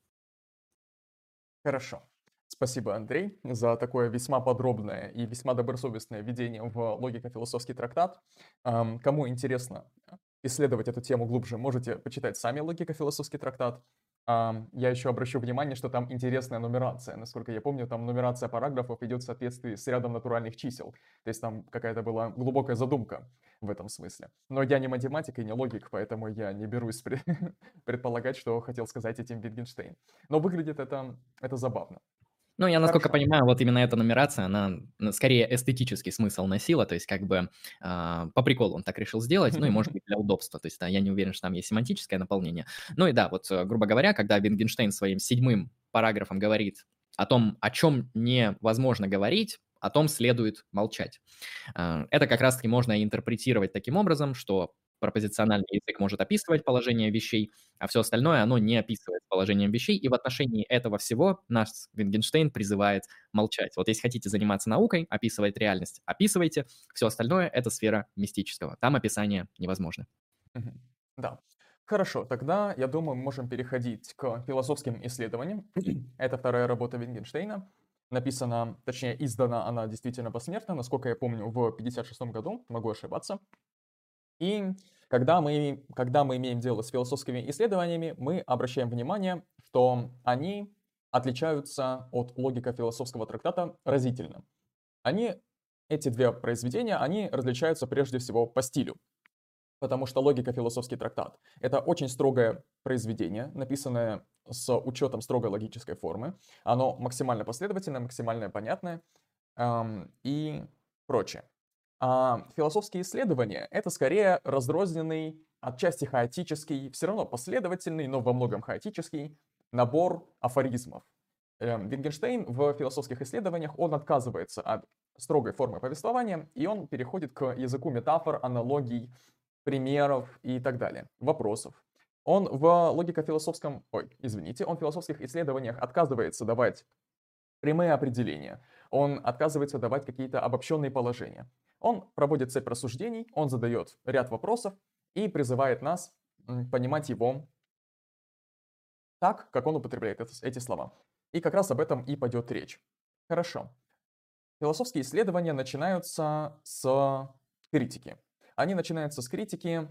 Хорошо. Спасибо, Андрей, за такое весьма подробное и весьма добросовестное введение в логико-философский трактат. Кому интересно исследовать эту тему глубже, можете почитать сами логико-философский трактат. Я еще обращу внимание, что там интересная нумерация. Насколько я помню, там нумерация параграфов идет в соответствии с рядом натуральных чисел. То есть там какая-то была глубокая задумка в этом смысле. Но я не математик и не логик, поэтому я не берусь предполагать, что хотел сказать этим Wittgenstein. Но выглядит это забавно. Ну, я, насколько Хорошо. понимаю, вот именно эта нумерация, она скорее эстетический смысл носила, то есть как бы по приколу он так решил сделать, ну и, может быть, для удобства. То есть да, я не уверен, что там есть семантическое наполнение. Ну и да, вот, грубо говоря, когда Wittgenstein своим 7-м параграфом говорит о том, о чем невозможно говорить, о том следует молчать. Это как раз-таки можно интерпретировать таким образом, что пропозициональный язык может описывать положение вещей, а все остальное оно не описывает положением вещей, и в отношении этого всего наш Wittgenstein призывает молчать. Вот если хотите заниматься наукой, описывать реальность, описывайте, все остальное– это сфера мистического, там описание невозможно. Да. Хорошо, тогда, я думаю, мы можем переходить к философским исследованиям. Это вторая работа Wittgensteina. Написана, точнее, издана она действительно посмертно, насколько я помню, в 1956 году, могу ошибаться. И когда мы имеем дело с философскими исследованиями, мы обращаем внимание, что они отличаются от логико-философского трактата разительно. Эти две произведения, они различаются прежде всего по стилю. Потому что логико-философский трактат– это очень строгое произведение, написанное с учетом строгой логической формы. Оно максимально последовательное, максимально понятное и прочее. А философские исследования– это скорее разрозненный, отчасти хаотический, все равно последовательный, но во многом хаотический набор афоризмов. Wittgenstein в философских исследованиях, он отказывается от строгой формы повествования, и он переходит к языку метафор, аналогий, примеров и так далее, вопросов. Он в логико-философском, он в философских исследованиях отказывается давать прямые определения, он отказывается давать какие-то обобщенные положения. Он проводит цепь рассуждений, он задает ряд вопросов и призывает нас понимать его так, как он употребляет эти слова. И как раз об этом и пойдет речь. Хорошо. Философские исследования начинаются с критики. Они начинаются с критики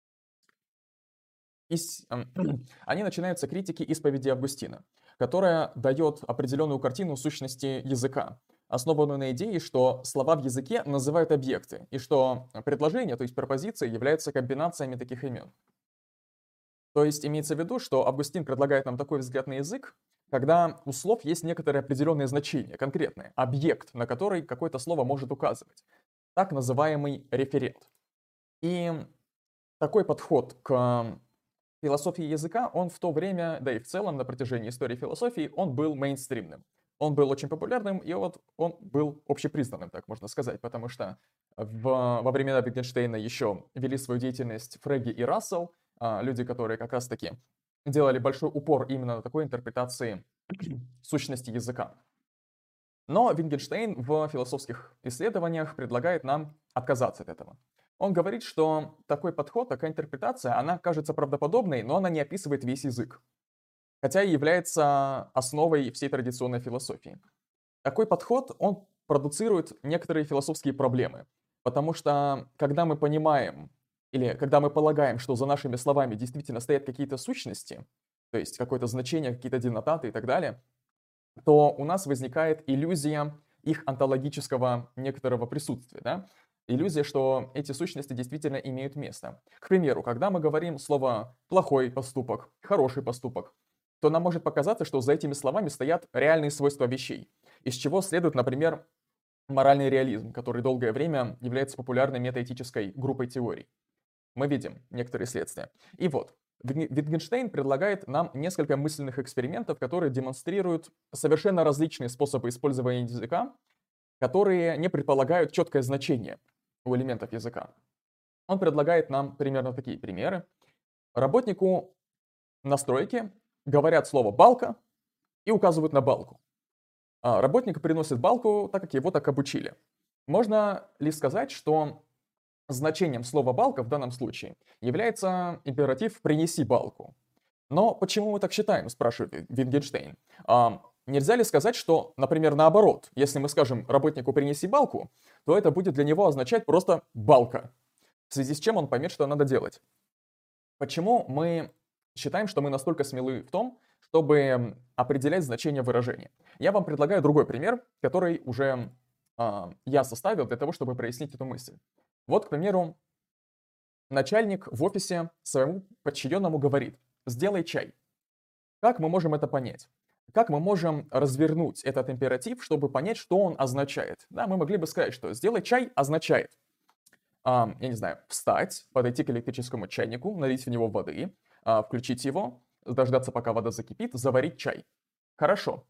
они начинаются критики исповеди Августина, которая дает определенную картину сущности языка, основанную на идее, что слова в языке называют объекты, и что предложения, то есть пропозиции, являются комбинациями таких имен. То есть имеется в виду, что Августин предлагает нам такой взгляд на язык, когда у слов есть некоторые определенные значения, конкретные, объект, на который какое-то слово может указывать, так называемый референт. И такой подход к философии языка, он в то время, да и в целом на протяжении истории философии, он был мейнстримным. Он был очень популярным, и вот он был общепризнанным, так можно сказать, потому что во времена Wittgensteina еще вели свою деятельность Фреги и Рассел, люди, которые как раз-таки делали большой упор именно на такой интерпретации сущности языка. Но Wittgenstein в философских исследованиях предлагает нам отказаться от этого. Он говорит, что такой подход, такая интерпретация, она кажется правдоподобной, но она не описывает весь язык, хотя и является основой всей традиционной философии. Такой подход, он продуцирует некоторые философские проблемы, потому что когда мы понимаем, или когда мы полагаем, что за нашими словами действительно стоят какие-то сущности, то есть какое-то значение, какие-то денотаты и так далее, то у нас возникает иллюзия их онтологического некоторого присутствия, да? Иллюзия, что эти сущности действительно имеют место. К примеру, когда мы говорим слово «плохой поступок», «хороший поступок», то нам может показаться, что за этими словами стоят реальные свойства вещей, из чего следует, например, моральный реализм, который долгое время является популярной метаэтической группой теорий. Мы видим некоторые следствия. И вот, Wittgenstein предлагает нам несколько мысленных экспериментов, которые демонстрируют совершенно различные способы использования языка, которые не предполагают четкое значение у элементов языка. Он предлагает нам примерно такие примеры. Работнику на стройке говорят слово «балка» и указывают на балку. Работник приносит балку, так как его так обучили. Можно ли сказать, что значением слова «балка» в данном случае является императив «принеси балку»? Но почему мы так считаем, спрашивает Wittgenstein. Нельзя ли сказать, что, например, наоборот, если мы скажем работнику «принеси балку», то это будет для него означать просто «балка», в связи с чем он поймет, что надо делать? Почему мы считаем, что мы настолько смелы в том, чтобы определять значение выражения? Я вам предлагаю другой пример, который уже я составил для того, чтобы прояснить эту мысль. Вот, к примеру, начальник в офисе своему подчиненному говорит: «Сделай чай». Как мы можем это понять? Как мы можем развернуть этот императив, чтобы понять, что он означает? Да, мы могли бы сказать, что «сделай чай» означает, я не знаю, встать, подойти к электрическому чайнику, налить в него воды, включить его, дождаться, пока вода закипит, заварить чай. Хорошо.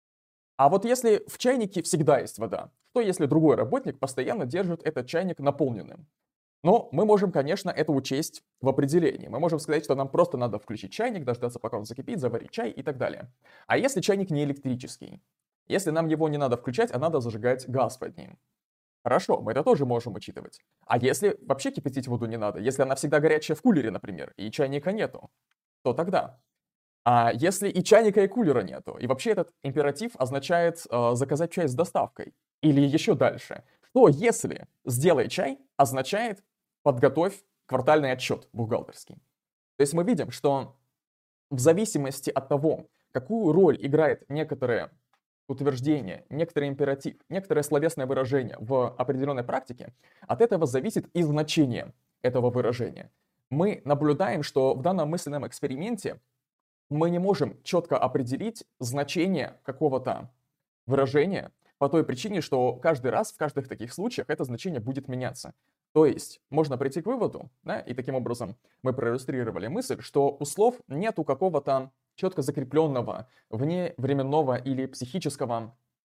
А вот если в чайнике всегда есть вода, что если другой работник постоянно держит этот чайник наполненным? Но мы можем, конечно, это учесть в определении. Мы можем сказать, что нам просто надо включить чайник, дождаться, пока он закипит, заварить чай и так далее. А если чайник не электрический? Если нам его не надо включать, а надо зажигать газ под ним? Хорошо, мы это тоже можем учитывать. А если вообще кипятить воду не надо? Если она всегда горячая в кулере, например, и чайника нету, то тогда? А если и чайника, и кулера нету? И вообще этот императив означает заказать чай с доставкой. Или еще дальше. Что если «сделай чай» означает «подготовь квартальный отчет бухгалтерский»? То есть мы видим, что в зависимости от того, какую роль играет некоторое утверждение, некоторый императив, некоторое словесное выражение в определенной практике, от этого зависит и значение этого выражения. Мы наблюдаем, что в данном мысленном эксперименте мы не можем четко определить значение какого-то выражения по той причине, что каждый раз в каждых таких случаях это значение будет меняться. То есть можно прийти к выводу, да, и таким образом мы проиллюстрировали мысль, что у слов нету какого-то четко закрепленного вневременного или психического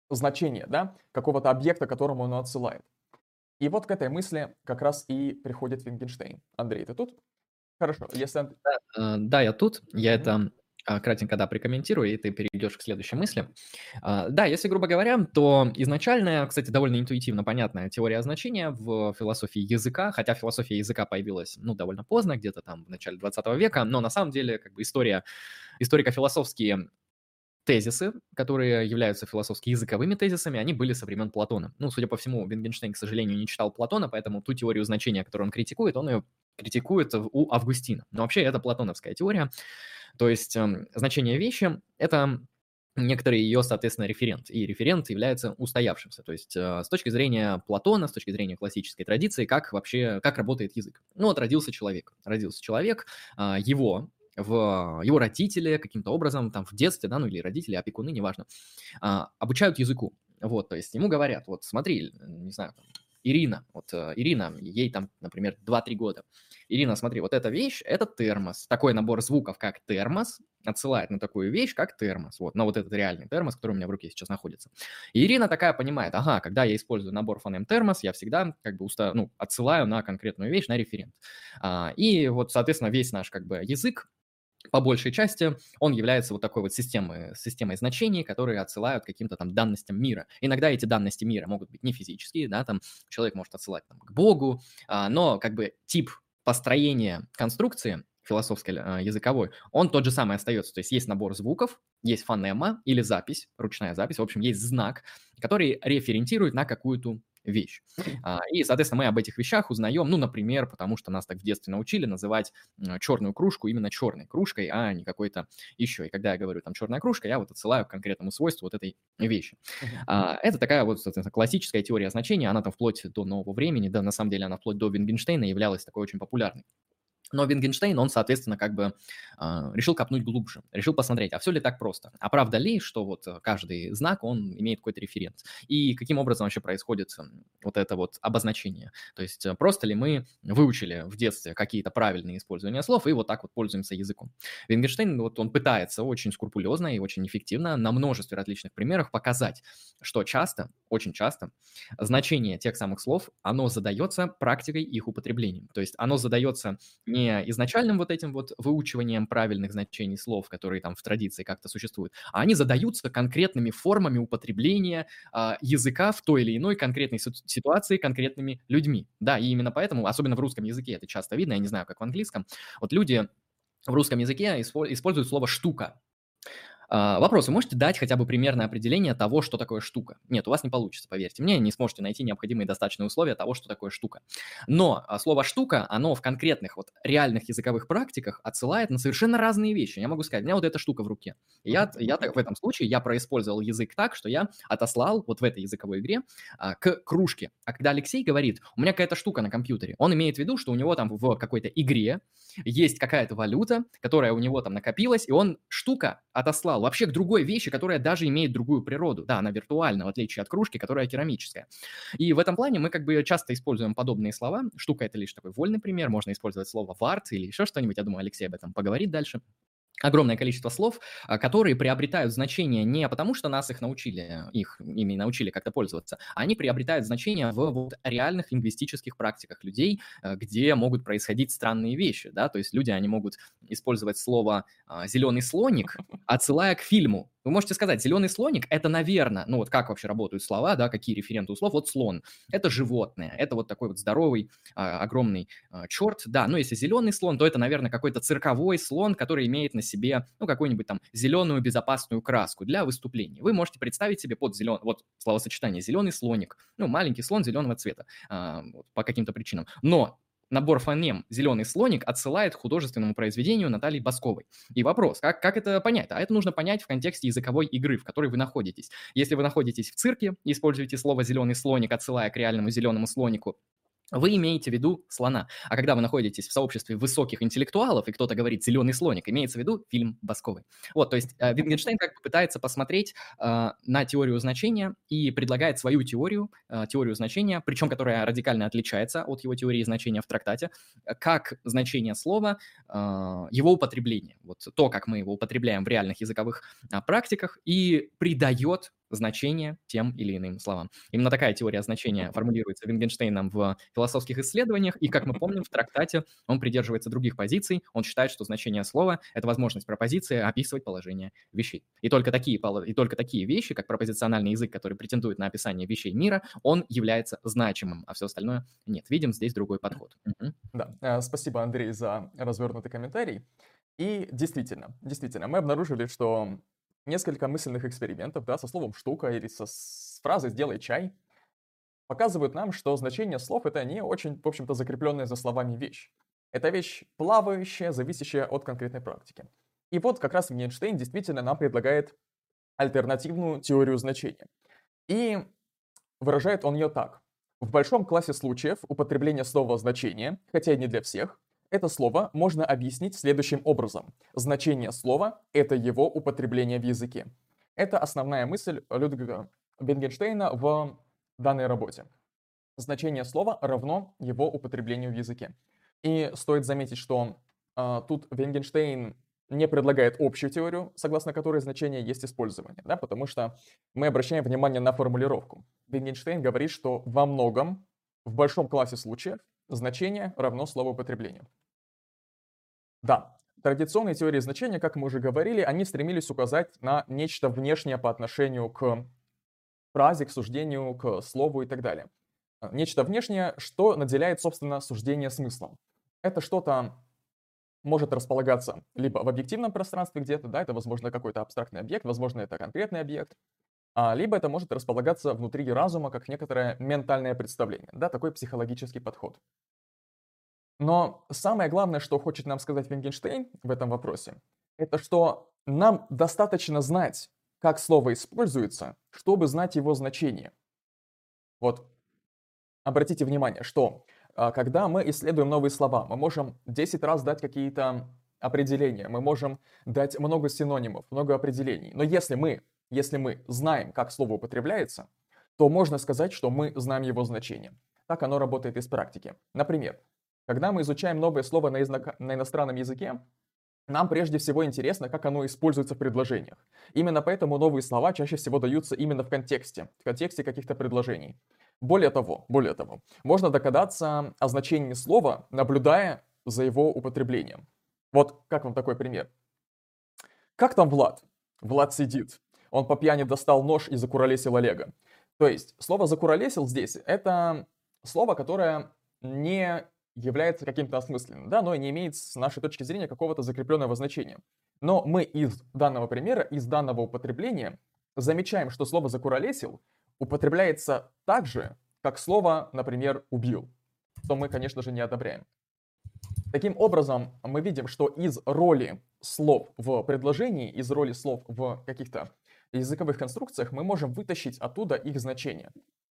значение, да, какого-то объекта, которому оно отсылает. И вот к этой мысли как раз и приходит Wittgenstein. Андрей, ты тут? Хорошо, если... Да, я тут. Я Мгм. это кратенько, да, прокомментирую, и ты перейдешь к следующей мысли. Да, если грубо говоря, то изначальная, кстати, довольно интуитивно понятная теория значения в философии языка, хотя философия языка появилась, ну, довольно поздно, где-то там в начале 20 века, но на самом деле, как бы историко-философские тезисы, которые являются философски-языковыми тезисами, они были со времен Платона. Ну, судя по всему, Wittgenstein, к сожалению, не читал Платона, поэтому ту теорию значения, которую он ее критикует у Августина. Но вообще это платоновская теория, то есть значение вещи– это некоторый ее, соответственно, референт. И референт является устоявшимся. То есть с точки зрения Платона, с точки зрения классической традиции, как работает язык. Ну вот родился человек. Его родители каким-то образом там в детстве, да, ну или родители, опекуны, неважно, обучают языку. Вот, то есть ему говорят, вот смотри, не знаю, там, Ирина, ей там, например, 2-3 года. Ирина, смотри, вот эта вещь, это термос. Такой набор звуков, как термос, отсылает на такую вещь, как термос. Вот, на вот этот реальный термос, который у меня в руке сейчас находится. И Ирина такая понимает, ага, когда я использую набор фонем термос, я всегда как бы отсылаю на конкретную вещь, на референт. И вот, соответственно, весь наш как бы язык, по большей части, он является вот такой вот системой значений, которые отсылают к каким-то там данностям мира. Иногда эти данности мира могут быть не физические, да, там человек может отсылать там, к Богу, но как бы тип построения конструкции философской, языковой, он тот же самый остается. То есть есть набор звуков, есть фонема или запись, ручная запись, в общем, есть знак, который референтирует на какую-то вещь. И, соответственно, мы об этих вещах узнаем, ну, например, потому что нас так в детстве научили называть черную кружку именно черной кружкой, а не какой-то еще. И когда я говорю там черная кружка, я вот отсылаю к конкретному свойству вот этой вещи. Мгм. Это такая вот, соответственно, классическая теория значения, она там вплоть до нового времени, да, на самом деле она вплоть до Wittgensteina являлась такой очень популярной. Но Wittgenstein, он, соответственно, как бы решил копнуть глубже, решил посмотреть, а все ли так просто? А правда ли, что вот каждый знак, он имеет какой-то референс? И каким образом вообще происходит вот это вот обозначение? То есть просто ли мы выучили в детстве какие-то правильные использования слов и вот так вот пользуемся языком? Wittgenstein, вот он пытается очень скрупулезно и очень эффективно на множестве различных примеров показать, что часто, очень часто, значение тех самых слов, оно задается практикой их употребления. То есть оно задается не изначальным вот этим вот выучиванием правильных значений слов, которые там в традиции как-то существуют, а они задаются конкретными формами употребления языка в той или иной конкретной ситуации конкретными людьми. Да, и именно поэтому, особенно в русском языке, это часто видно, я не знаю, как в английском, вот люди в русском языке используют слово «штука». Вопрос: вы можете дать хотя бы примерное определение того, что такое штука? Нет, у вас не получится, поверьте мне, не сможете найти необходимые достаточные условия того, что такое штука. Но слово «штука», оно в конкретных вот реальных языковых практиках отсылает на совершенно разные вещи. Я могу сказать, у меня вот эта штука в руке. И в этом случае я происпользовал язык так, что я отослал вот в этой языковой игре к кружке. А когда Алексей говорит, у меня какая-то штука на компьютере, он имеет в виду, что у него там в какой-то игре есть какая-то валюта, которая у него там накопилась, и он штука отослал вообще к другой вещи, которая даже имеет другую природу. Да, она виртуальна, в отличие от кружки, которая керамическая. И в этом плане мы как бы часто используем подобные слова. Штука – это лишь такой вольный пример. Можно использовать слово «вард» или еще что-нибудь. Я думаю, Алексей об этом поговорит дальше. Огромное количество слов, которые приобретают значение не потому, что нас ими научили как-то пользоваться, а они приобретают значение в вот реальных лингвистических практиках людей, где могут происходить странные вещи, да, то есть люди, они могут использовать слово «зеленый слоник», отсылая к фильму. Вы можете сказать, зеленый слоник– это, наверное, ну вот как вообще работают слова, да, какие референты у слов. Вот слон– это животное, это вот такой вот здоровый, огромный черт, да, но если зеленый слон, то это, наверное, какой-то цирковой слон, который имеет на себе, ну, какую-нибудь там зеленую безопасную краску для выступления. Вы можете представить себе под зеленый, вот словосочетание зеленый слоник, ну, маленький слон зеленого цвета вот, по каким-то причинам. Но набор фонем «зеленый слоник» отсылает к художественному произведению Натальи Басковой. И вопрос, как это понять? А это нужно понять в контексте языковой игры, в которой вы находитесь. Если вы находитесь в цирке и используете слово «зеленый слоник», отсылая к реальному зеленому слонику, вы имеете в виду слона. А когда вы находитесь в сообществе высоких интеллектуалов, и кто-то говорит «зеленый слоник», имеется в виду фильм Басковой. Вот, то есть Wittgenstein как бы пытается посмотреть на теорию значения и предлагает свою теорию значения, причем которая радикально отличается от его теории значения в трактате, как значение слова, его употребление. Вот то, как мы его употребляем в реальных языковых практиках, и придает значение тем или иным словам. Именно такая теория значения формулируется Wittgensteinом в философских исследованиях, и, как мы помним, в трактате он придерживается других позиций. Он считает, что значение слова — это возможность пропозиции описывать положение вещей. И только такие вещи, как пропозициональный язык, который претендует на описание вещей мира, он является значимым, а все остальное нет. Видим здесь другой подход. Мгм. Да, спасибо, Андрей, за развернутый комментарий. И действительно, мы обнаружили, что несколько мысленных экспериментов, да, со словом «штука» или с фразой «сделай чай» показывают нам, что значение слов — это не очень, в общем-то, закрепленная за словами вещь. Это вещь плавающая, зависящая от конкретной практики. И вот как раз Wittgenstein действительно нам предлагает альтернативную теорию значения. И выражает он ее так. В большом классе случаев употребление слова «значение», хотя и не для всех, это слово можно объяснить следующим образом. Значение слова — это его употребление в языке. Это основная мысль Людвига Wittgensteina в данной работе. Значение слова равно его употреблению в языке. И стоит заметить, что тут Wittgenstein не предлагает общую теорию, согласно которой значение есть использование, да, потому что мы обращаем внимание на формулировку. Wittgenstein говорит, что во многом, в большом классе случаев, значение равно словоупотреблению. Да, традиционные теории значения, как мы уже говорили, они стремились указать на нечто внешнее по отношению к фразе, к суждению, к слову и так далее. Нечто внешнее, что наделяет, собственно, суждение смыслом. Это что-то может располагаться либо в объективном пространстве где-то, да, это, возможно, какой-то абстрактный объект, возможно, это конкретный объект, либо это может располагаться внутри разума, как некоторое ментальное представление, да, такой психологический подход. Но самое главное, что хочет нам сказать Wittgenstein в этом вопросе, это что нам достаточно знать, как слово используется, чтобы знать его значение. Вот обратите внимание, что когда мы исследуем новые слова, мы можем 10 раз дать какие-то определения, мы можем дать много синонимов, много определений. Но если мы знаем, как слово употребляется, то можно сказать, что мы знаем его значение. Так оно работает из практики. Например, когда мы изучаем новое слово на иностранном языке, нам прежде всего интересно, как оно используется в предложениях. Именно поэтому новые слова чаще всего даются именно в контексте каких-то предложений. Более того, можно догадаться о значении слова, наблюдая за его употреблением. Вот как вам такой пример? Как там Влад? Влад сидит. Он по пьяни достал нож и закуролесил Олега. То есть слово «закуролесил» здесь — это слово, которое не является каким-то осмысленным, да, но и не имеет с нашей точки зрения какого-то закрепленного значения. Но мы из данного примера, из данного употребления замечаем, что слово «закуролесил» употребляется так же, как слово, например, «убил», что мы, конечно же, не одобряем. Таким образом, мы видим, что из роли слов в предложении, из роли слов в каких-то языковых конструкциях мы можем вытащить оттуда их значение.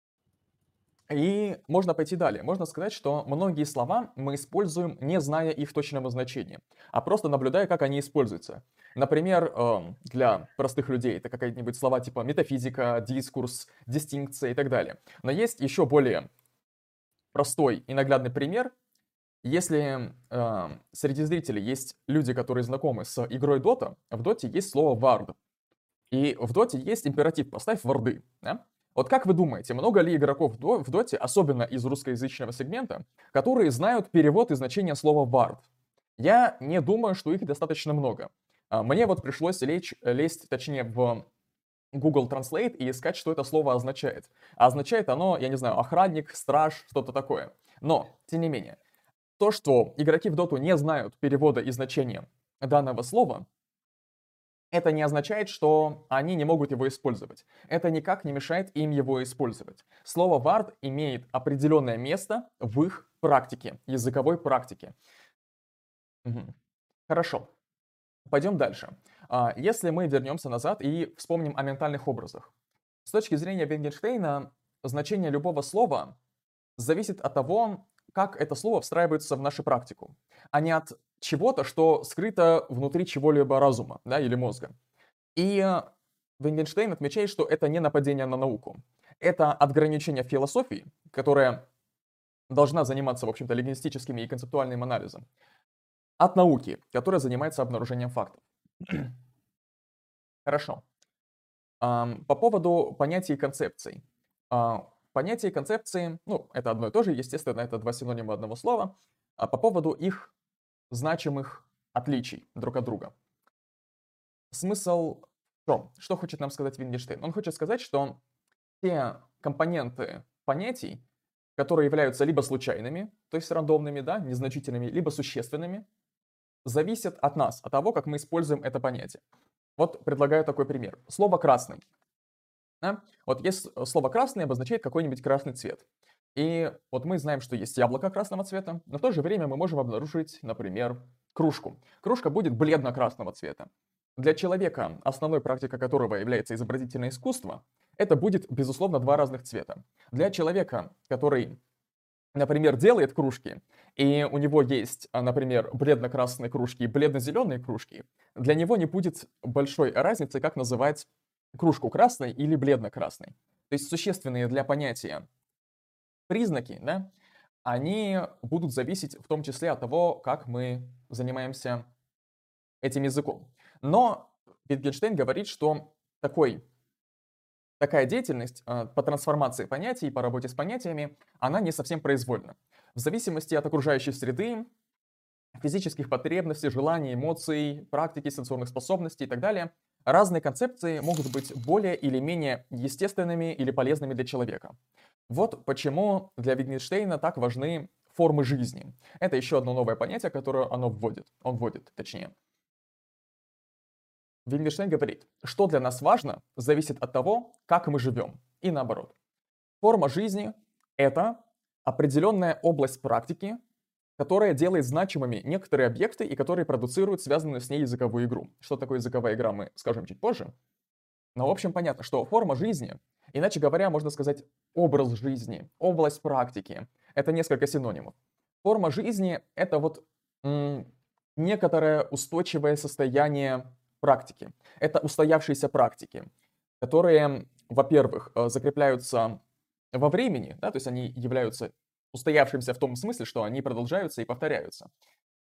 И можно пойти далее. Можно сказать, что многие слова мы используем, не зная их точного значения, а просто наблюдая, как они используются. Например, для простых людей это какие-нибудь слова типа метафизика, дискурс, дистинкция и так далее. Но есть еще более простой и наглядный пример. Если среди зрителей есть люди, которые знакомы с игрой Dota, в Доте есть слово ward. И в Доте есть императив «поставь варды». Да? Вот как вы думаете, много ли игроков в Доте, особенно из русскоязычного сегмента, которые знают перевод и значение слова ward? Я не думаю, что их достаточно много. Мне вот пришлось лезть, точнее, в Google Translate и искать, что это слово означает. А означает оно, я не знаю, охранник, страж, что-то такое. Но, тем не менее, то, что игроки в доту не знают перевода и значения данного слова, это не означает, что они не могут его использовать. Это никак не мешает им его использовать. Слово ward имеет определенное место в их практике, языковой практике. Мгм. Хорошо. Пойдем дальше. Если мы вернемся назад и вспомним о ментальных образах. С точки зрения Wittgensteina, значение любого слова зависит от того, как это слово встраивается в нашу практику, а не от чего-то, что скрыто внутри чего-либо разума, да, или мозга. И Wittgenstein отмечает, что это не нападение на науку. Это отграничение философии, которая должна заниматься, в общем-то, лингвистическим и концептуальным анализом, от науки, которая занимается обнаружением фактов. Хорошо. По поводу понятий и концепций. Понятия и концепции, ну, это одно и то же, естественно, это два синонима одного слова. По поводу их значимых отличий друг от друга. Смысл в чем? Что хочет нам сказать Wittgenstein? Он хочет сказать, что те компоненты понятий, которые являются либо случайными, то есть рандомными, да, незначительными, либо существенными, зависят от нас, от того, как мы используем это понятие. Вот предлагаю такой пример. Слово «красный». Да? Вот есть слово «красный» обозначает какой-нибудь красный цвет. И вот мы знаем, что есть яблоко красного цвета, но в то же время мы можем обнаружить, например, кружку. Кружка будет бледно-красного цвета. Для человека, основной практикой которого является изобразительное искусство, это будет, безусловно, два разных цвета. Для человека, который, например, делает кружки, и у него есть, например, бледно-красные кружки и бледно-зеленые кружки, для него не будет большой разницы, как называть кружку красной или бледно-красной. То есть существенные для понятия признаки, да, они будут зависеть в том числе от того, как мы занимаемся этим языком. Но Wittgenstein говорит, что такая деятельность по трансформации понятий и по работе с понятиями, она не совсем произвольна. В зависимости от окружающей среды, физических потребностей, желаний, эмоций, практики, сенсорных способностей и так далее, разные концепции могут быть более или менее естественными или полезными для человека. Вот почему для Wittgensteina так важны формы жизни. Это еще одно новое понятие, которое он вводит, точнее. Wittgenstein говорит, что для нас важно, зависит от того, как мы живем, и наоборот. Форма жизни — это определенная область практики, которая делает значимыми некоторые объекты и которые продуцируют связанную с ней языковую игру. Что такое языковая игра, мы скажем чуть позже. Но в общем понятно, что форма жизни, иначе говоря, можно сказать образ жизни, область практики, это несколько синонимов. Форма жизни — это вот некоторое устойчивое состояние практики. Это устоявшиеся практики, которые, во-первых, закрепляются во времени, да, то есть они являются устоявшимся в том смысле, что они продолжаются и повторяются.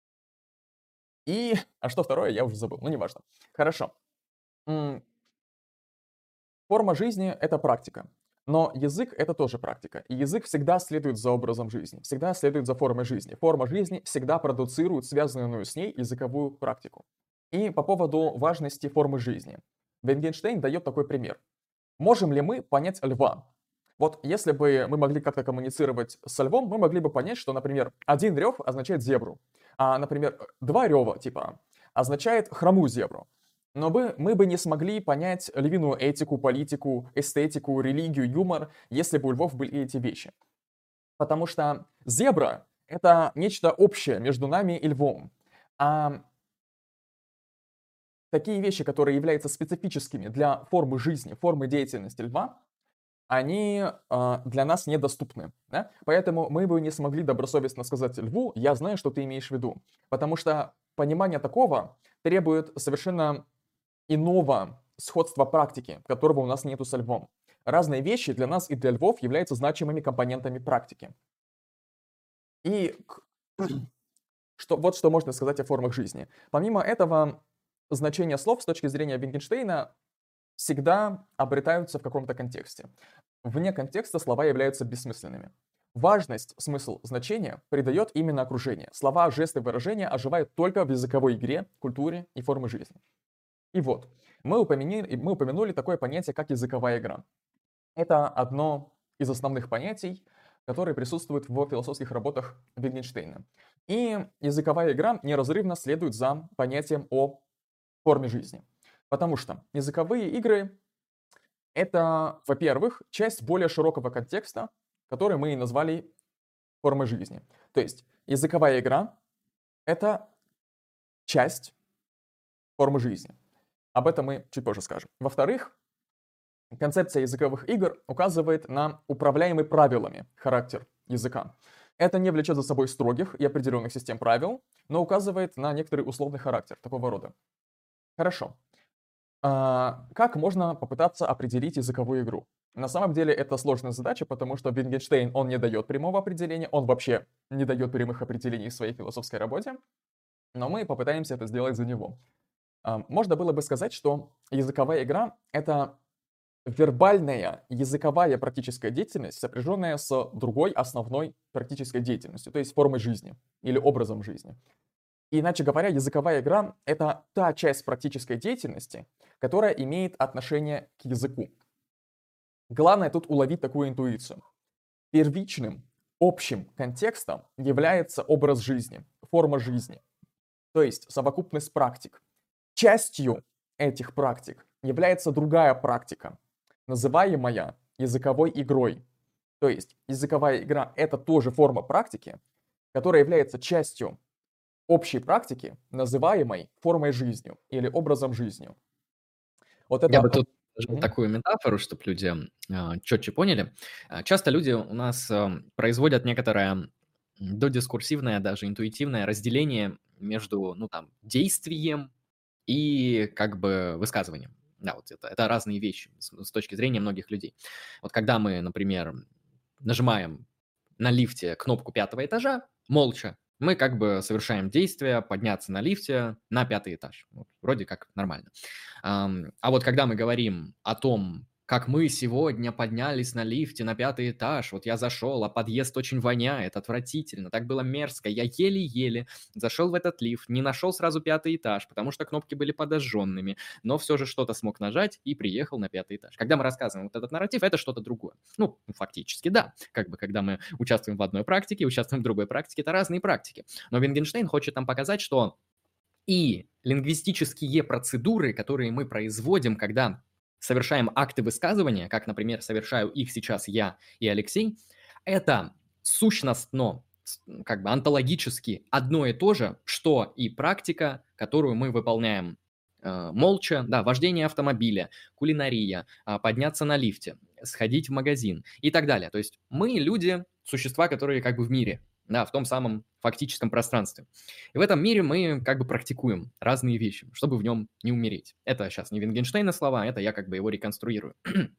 А что второе, я уже забыл, ну неважно. Хорошо. Форма жизни — это практика. Но язык — это тоже практика. И язык всегда следует за образом жизни, всегда следует за формой жизни. Форма жизни всегда продуцирует связанную с ней языковую практику. И по поводу важности формы жизни. Wittgenstein дает такой пример. Можем ли мы понять льва? Вот если бы мы могли как-то коммуницировать со львом, мы могли бы понять, что, например, один рев означает зебру, а, например, два рева, типа, означает хромую зебру. Но мы бы не смогли понять львиную этику, политику, эстетику, религию, юмор, если бы у львов были эти вещи. Потому что зебра — это нечто общее между нами и львом. А такие вещи, которые являются специфическими для формы жизни, формы деятельности льва, они для нас недоступны. Да? Поэтому мы бы не смогли добросовестно сказать льву: я знаю, что ты имеешь в виду. Потому что понимание такого требует совершенно иного сходства практики, которого у нас нету со львом. Разные вещи для нас и для львов являются значимыми компонентами практики. И вот что можно сказать о формах жизни. Помимо этого, значения слов с точки зрения Wittgensteina всегда обретаются в каком-то контексте. Вне контекста слова являются бессмысленными. Важность, смысл, значение придает именно окружение. Слова, жесты, выражения оживают только в языковой игре, культуре и форме жизни. И вот, мы упомянули такое понятие, как языковая игра. Это одно из основных понятий, которые присутствуют в философских работах Wittgensteina. И языковая игра неразрывно следует за понятием о форме жизни. Потому что языковые игры — это, во-первых, часть более широкого контекста, который мы и назвали формой жизни. То есть языковая игра — это часть формы жизни. Об этом мы чуть позже скажем. Во-вторых, концепция языковых игр указывает на управляемый правилами характер языка. Это не влечет за собой строгих и определенных систем правил, но указывает на некоторый условный характер такого рода. Хорошо. Как можно попытаться определить языковую игру? На самом деле это сложная задача, потому что Wittgenstein, он не дает прямого определения, он вообще не дает прямых определений в своей философской работе, но мы попытаемся это сделать за него. Можно было бы сказать, что языковая игра — это вербальная языковая практическая деятельность, сопряженная с другой основной практической деятельностью, то есть формой жизни или образом жизни. И, иначе говоря, языковая игра — это та часть практической деятельности, которая имеет отношение к языку. Главное тут уловить такую интуицию. Первичным, общим контекстом является образ жизни, форма жизни, то есть совокупность практик. Частью этих практик является другая практика, называемая языковой игрой. То есть языковая игра — это тоже форма практики, которая является частью общей практики, называемой формой жизнью или образом жизни. Вот Я бы это... тут предложил такую метафору, чтобы люди четче поняли. Часто люди у нас производят некоторое додискурсивное, даже интуитивное разделение между, ну, там, действием и как бы высказыванием. Да, вот это разные вещи с точки зрения многих людей. Вот когда мы, например, нажимаем на лифте кнопку 5-го этажа, молча, мы как бы совершаем действие подняться на лифте на 5-й этаж. Вот, вроде как нормально. А вот когда мы говорим о том, как мы сегодня поднялись на лифте на 5-й этаж, вот я зашел, а подъезд очень воняет, отвратительно, так было мерзко, я еле-еле зашел в этот лифт, не нашел сразу 5-й этаж, потому что кнопки были подожженными, но все же что-то смог нажать и приехал на 5-й этаж. Когда мы рассказываем вот этот нарратив, это что-то другое. Ну, фактически, да. Как бы, когда мы участвуем в одной практике, участвуем в другой практике, это разные практики. Но Wittgenstein хочет нам показать, что и лингвистические процедуры, которые мы производим, когда совершаем акты высказывания, как, например, совершаю их сейчас я и Алексей, это сущностно, как бы онтологически одно и то же, что и практика, которую мы выполняем молча, да, вождение автомобиля, кулинария, подняться на лифте, сходить в магазин и так далее. То есть мы люди, существа, которые как бы в мире, да, в том самом фактическом пространстве. И в этом мире мы как бы практикуем разные вещи, чтобы в нем не умереть. Это сейчас не Wittgensteina слова, это я как бы его реконструирую.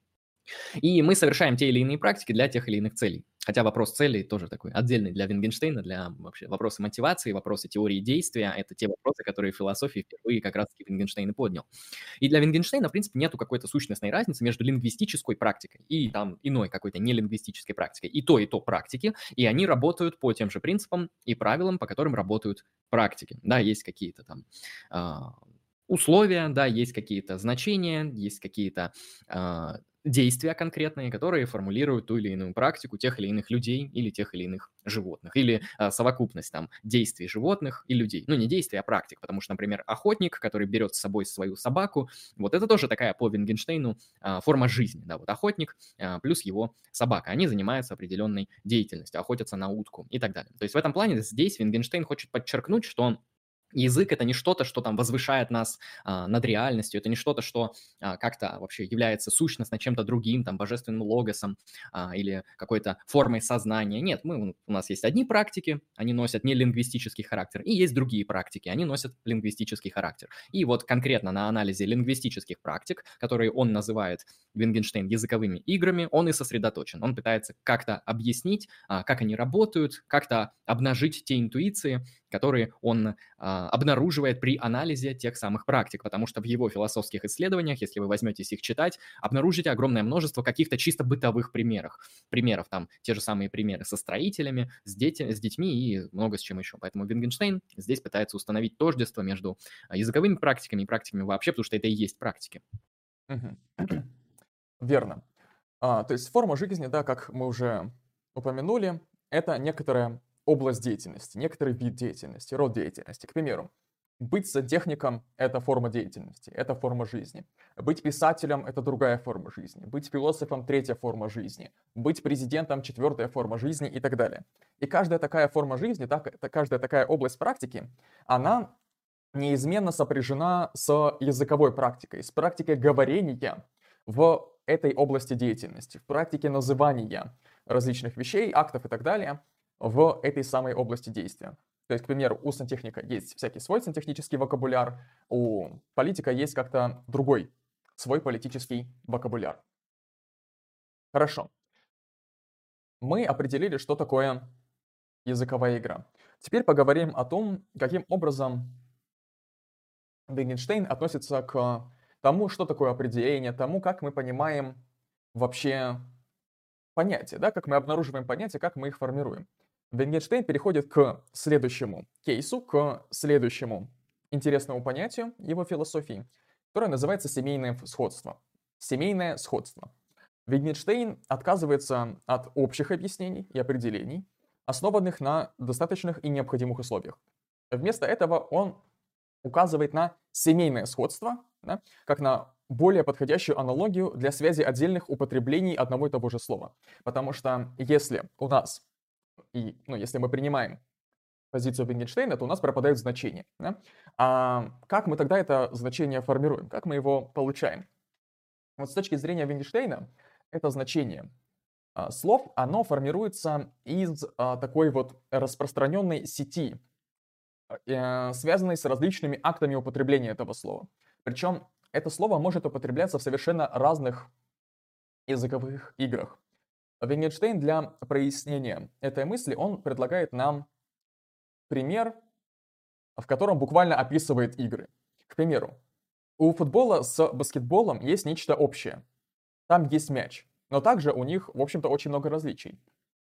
И мы совершаем те или иные практики для тех или иных целей. Хотя вопрос целей тоже такой отдельный для Wittgensteina, для вообще вопросы мотивации, вопросы теории действия. Это те вопросы, которые в философии впервые как раз-таки Wittgenstein и поднял. И для Wittgensteina, в принципе, нету какой-то сущностной разницы между лингвистической практикой и там иной какой-то нелингвистической практикой. И то практики, и они работают по тем же принципам и правилам, по которым работают практики. Да, есть какие-то там условия, да, есть какие-то значения, есть какие-то действия конкретные, которые формулируют ту или иную практику тех или иных людей или тех или иных животных, или совокупность там действий животных и людей. Ну, не действий, а практик, потому что, например, охотник, который берет с собой свою собаку, вот это тоже такая по Wittgensteinu форма жизни, да, вот охотник плюс его собака, они занимаются определенной деятельностью, охотятся на утку и так далее. То есть в этом плане здесь Wittgenstein хочет подчеркнуть, что язык — это не что-то, что там возвышает нас над реальностью, это не что-то, что как-то вообще является сущностно чем-то другим, там, божественным логосом или какой-то формой сознания. Нет, у нас есть одни практики, они носят не лингвистический характер, и есть другие практики, они носят лингвистический характер. И вот конкретно на анализе лингвистических практик, которые он называет, Wittgenstein, языковыми играми, он и сосредоточен. Он пытается как-то объяснить, как они работают, как-то обнажить те интуиции, которые он обнаруживает при анализе тех самых практик, потому что в его философских исследованиях, если вы возьметесь их читать, обнаружите огромное множество каких-то чисто бытовых примеров, там те же самые примеры со строителями, с детьми и много с чем еще. Поэтому Wittgenstein здесь пытается установить тождество между языковыми практиками и практиками вообще, потому что это и есть практики. Верно. То есть форма жизни, да, как мы уже упомянули, это некоторая область деятельности, некоторый вид деятельности, род деятельности. К примеру, быть сантехником — это форма деятельности, это форма жизни. Быть писателем — это другая форма жизни. Быть философом — третья форма жизни. Быть президентом — четвертая форма жизни и так далее. И каждая такая форма жизни, каждая такая область практики, она неизменно сопряжена с языковой практикой, с практикой говорения в этой области деятельности, в практике называния различных вещей, актов и так далее в этой самой области действия. То есть, к примеру, у сантехника есть всякий свой сантехнический вокабуляр, у политика есть как-то другой, свой политический вокабуляр. Хорошо. Мы определили, что такое языковая игра. Теперь поговорим о том, каким образом Wittgenstein относится к тому, что такое определение, тому, как мы понимаем вообще понятия, да, как мы обнаруживаем понятия, как мы их формируем. Wittgenstein переходит к следующему кейсу, к следующему интересному понятию его философии, которое называется семейное сходство. Семейное сходство. Wittgenstein отказывается от общих объяснений и определений, основанных на достаточных и необходимых условиях. Вместо этого он указывает на семейное сходство, да, как на более подходящую аналогию для связи отдельных употреблений одного и того же слова. Потому что если у нас, если мы принимаем позицию Wittgensteina, то у нас пропадают значения. Да? А как мы тогда это значение формируем? Как мы его получаем? Вот с точки зрения Wittgensteina, это значение слов, оно формируется из такой вот распространенной сети, связанной с различными актами употребления этого слова. Причем это слово может употребляться в совершенно разных языковых играх. Wittgenstein для прояснения этой мысли, он предлагает нам пример, в котором буквально описывает игры. К примеру, у футбола с баскетболом есть нечто общее. Там есть мяч, но также у них, в общем-то, очень много различий.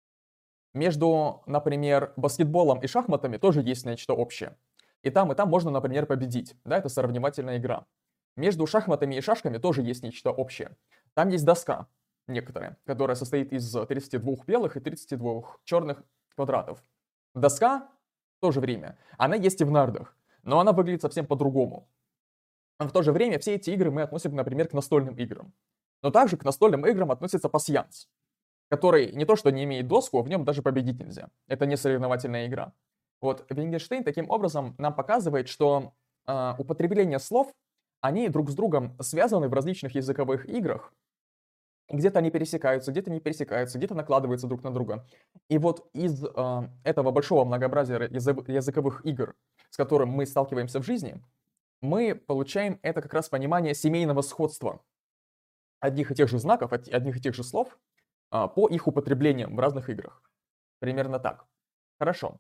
Между, например, баскетболом и шахматами тоже есть нечто общее. И там можно, например, победить. Да, это соревновательная игра. Между шахматами и шашками тоже есть нечто общее. Там есть доска некоторая, которая состоит из 32 белых и 32 черных квадратов. Доска в то же время, она есть и в нардах, но она выглядит совсем по-другому. В то же время все эти игры мы относим, например, к настольным играм. Но также к настольным играм относится пасьянс, который не то что не имеет доску, а в нем даже победить нельзя. Это не соревновательная игра. Вот Wittgenstein таким образом нам показывает, что употребление слов, они друг с другом связаны в различных языковых играх. Где-то они пересекаются, где-то не пересекаются, где-то накладываются друг на друга. И вот из этого большого многообразия языковых игр, с которым мы сталкиваемся в жизни, мы получаем это как раз понимание семейного сходства одних и тех же знаков, одних и тех же слов по их употреблениям в разных играх. Примерно так. Хорошо.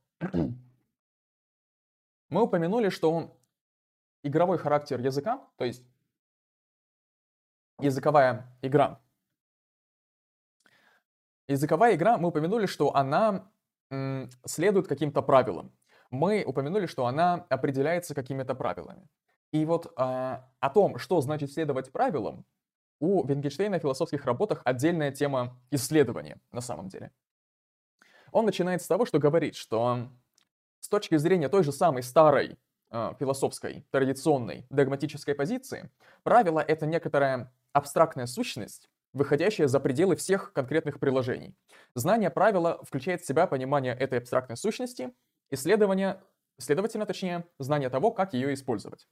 Мы упомянули, что игровой характер языка, то есть языковая игра, мы упомянули, что она следует каким-то правилам. Мы упомянули, что она определяется какими-то правилами. И вот о том, что значит следовать правилам, у Wittgensteina в философских работах отдельная тема исследования на самом деле. Он начинает с того, что говорит, что с точки зрения той же самой старой философской, традиционной, догматической позиции, правило — это некоторая абстрактная сущность, выходящая за пределы всех конкретных приложений. Знание правила включает в себя понимание этой абстрактной сущности, следовательно, знание того, как ее использовать.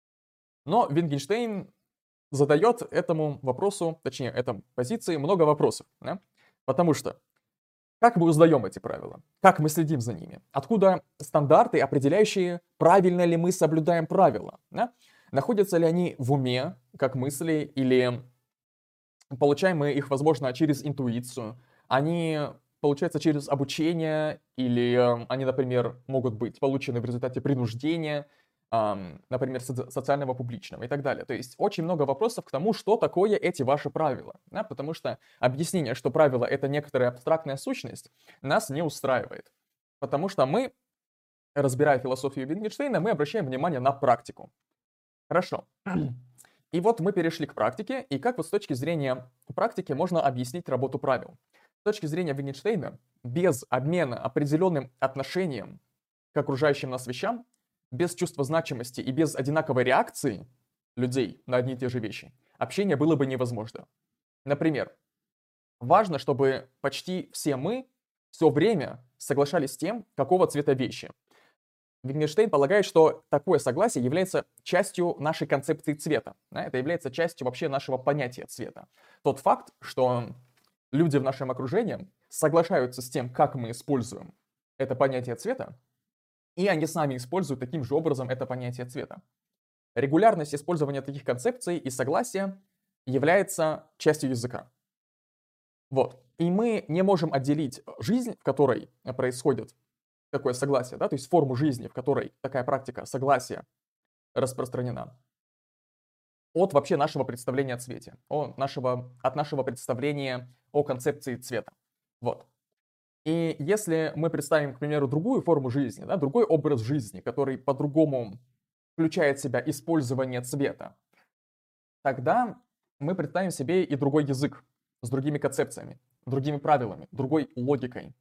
Но Wittgenstein задает этому вопросу, точнее, этой позиции много вопросов. Да? Потому что как мы узнаем эти правила? Как мы следим за ними? Откуда стандарты, определяющие, правильно ли мы соблюдаем правила? Да? Находятся ли они в уме, как мысли, или получаем мы их, возможно, через интуицию? Они получаются через обучение, или они, например, могут быть получены в результате принуждения, например, социального, публичного и так далее. То есть очень много вопросов к тому, что такое эти ваши правила. Да? Потому что объяснение, что правило — это некоторая абстрактная сущность, нас не устраивает. Потому что мы, разбирая философию Wittgensteina, мы обращаем внимание на практику. Хорошо. И вот мы перешли к практике, и как вот с точки зрения практики можно объяснить работу правил. С точки зрения Wittgensteina, без обмена определенным отношением к окружающим нас вещам, без чувства значимости и без одинаковой реакции людей на одни и те же вещи, общение было бы невозможно. Например, важно, чтобы почти все мы все время соглашались с тем, какого цвета вещи. Wittgenstein полагает, что такое согласие является частью нашей концепции цвета. Да? Это является частью вообще нашего понятия цвета. Тот факт, что люди в нашем окружении соглашаются с тем, как мы используем это понятие цвета, и они сами используют таким же образом это понятие цвета. Регулярность использования таких концепций и согласия является частью языка. Вот. И мы не можем отделить жизнь, в которой происходит такое согласие, да, то есть форму жизни, в которой такая практика согласия распространена, от вообще нашего представления о цвете, от нашего представления о концепции цвета. Вот. И если мы представим, к примеру, другую форму жизни, да, другой образ жизни, который по-другому включает в себя использование цвета, тогда мы представим себе и другой язык с другими концепциями, другими правилами, другой логикой.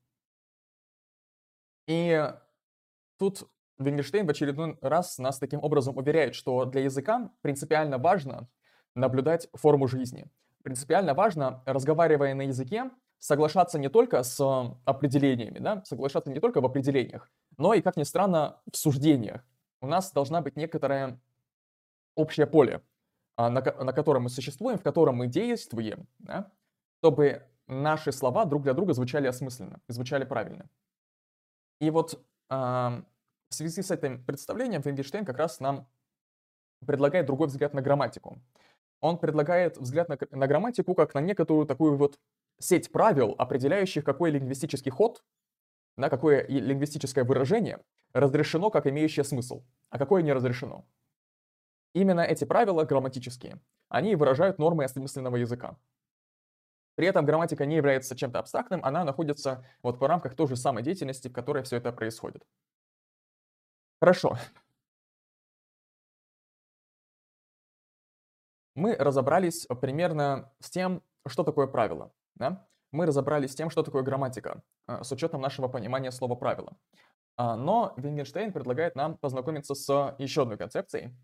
И тут Wittgenstein в очередной раз нас таким образом уверяет, что для языка принципиально важно наблюдать форму жизни. Принципиально важно, разговаривая на языке, соглашаться не только с определениями, да, соглашаться не только в определениях, но и, как ни странно, в суждениях. У нас должна быть некоторое общее поле, на котором мы существуем, в котором мы действуем, да, чтобы наши слова друг для друга звучали осмысленно, звучали правильно. И вот в связи с этим представлением Wittgenstein как раз нам предлагает другой взгляд на грамматику. Он предлагает взгляд на грамматику как на некоторую такую вот сеть правил, определяющих, какой лингвистический ход, да, какое лингвистическое выражение разрешено как имеющее смысл, а какое не разрешено. Именно эти правила грамматические, они выражают нормы осмысленного языка. При этом грамматика не является чем-то абстрактным, она находится вот в рамках той же самой деятельности, в которой все это происходит. Хорошо. Мы разобрались примерно с тем, что такое правило. Да? Мы разобрались с тем, что такое грамматика, с учетом нашего понимания слова «правило». Но Wittgenstein предлагает нам познакомиться с еще одной концепцией,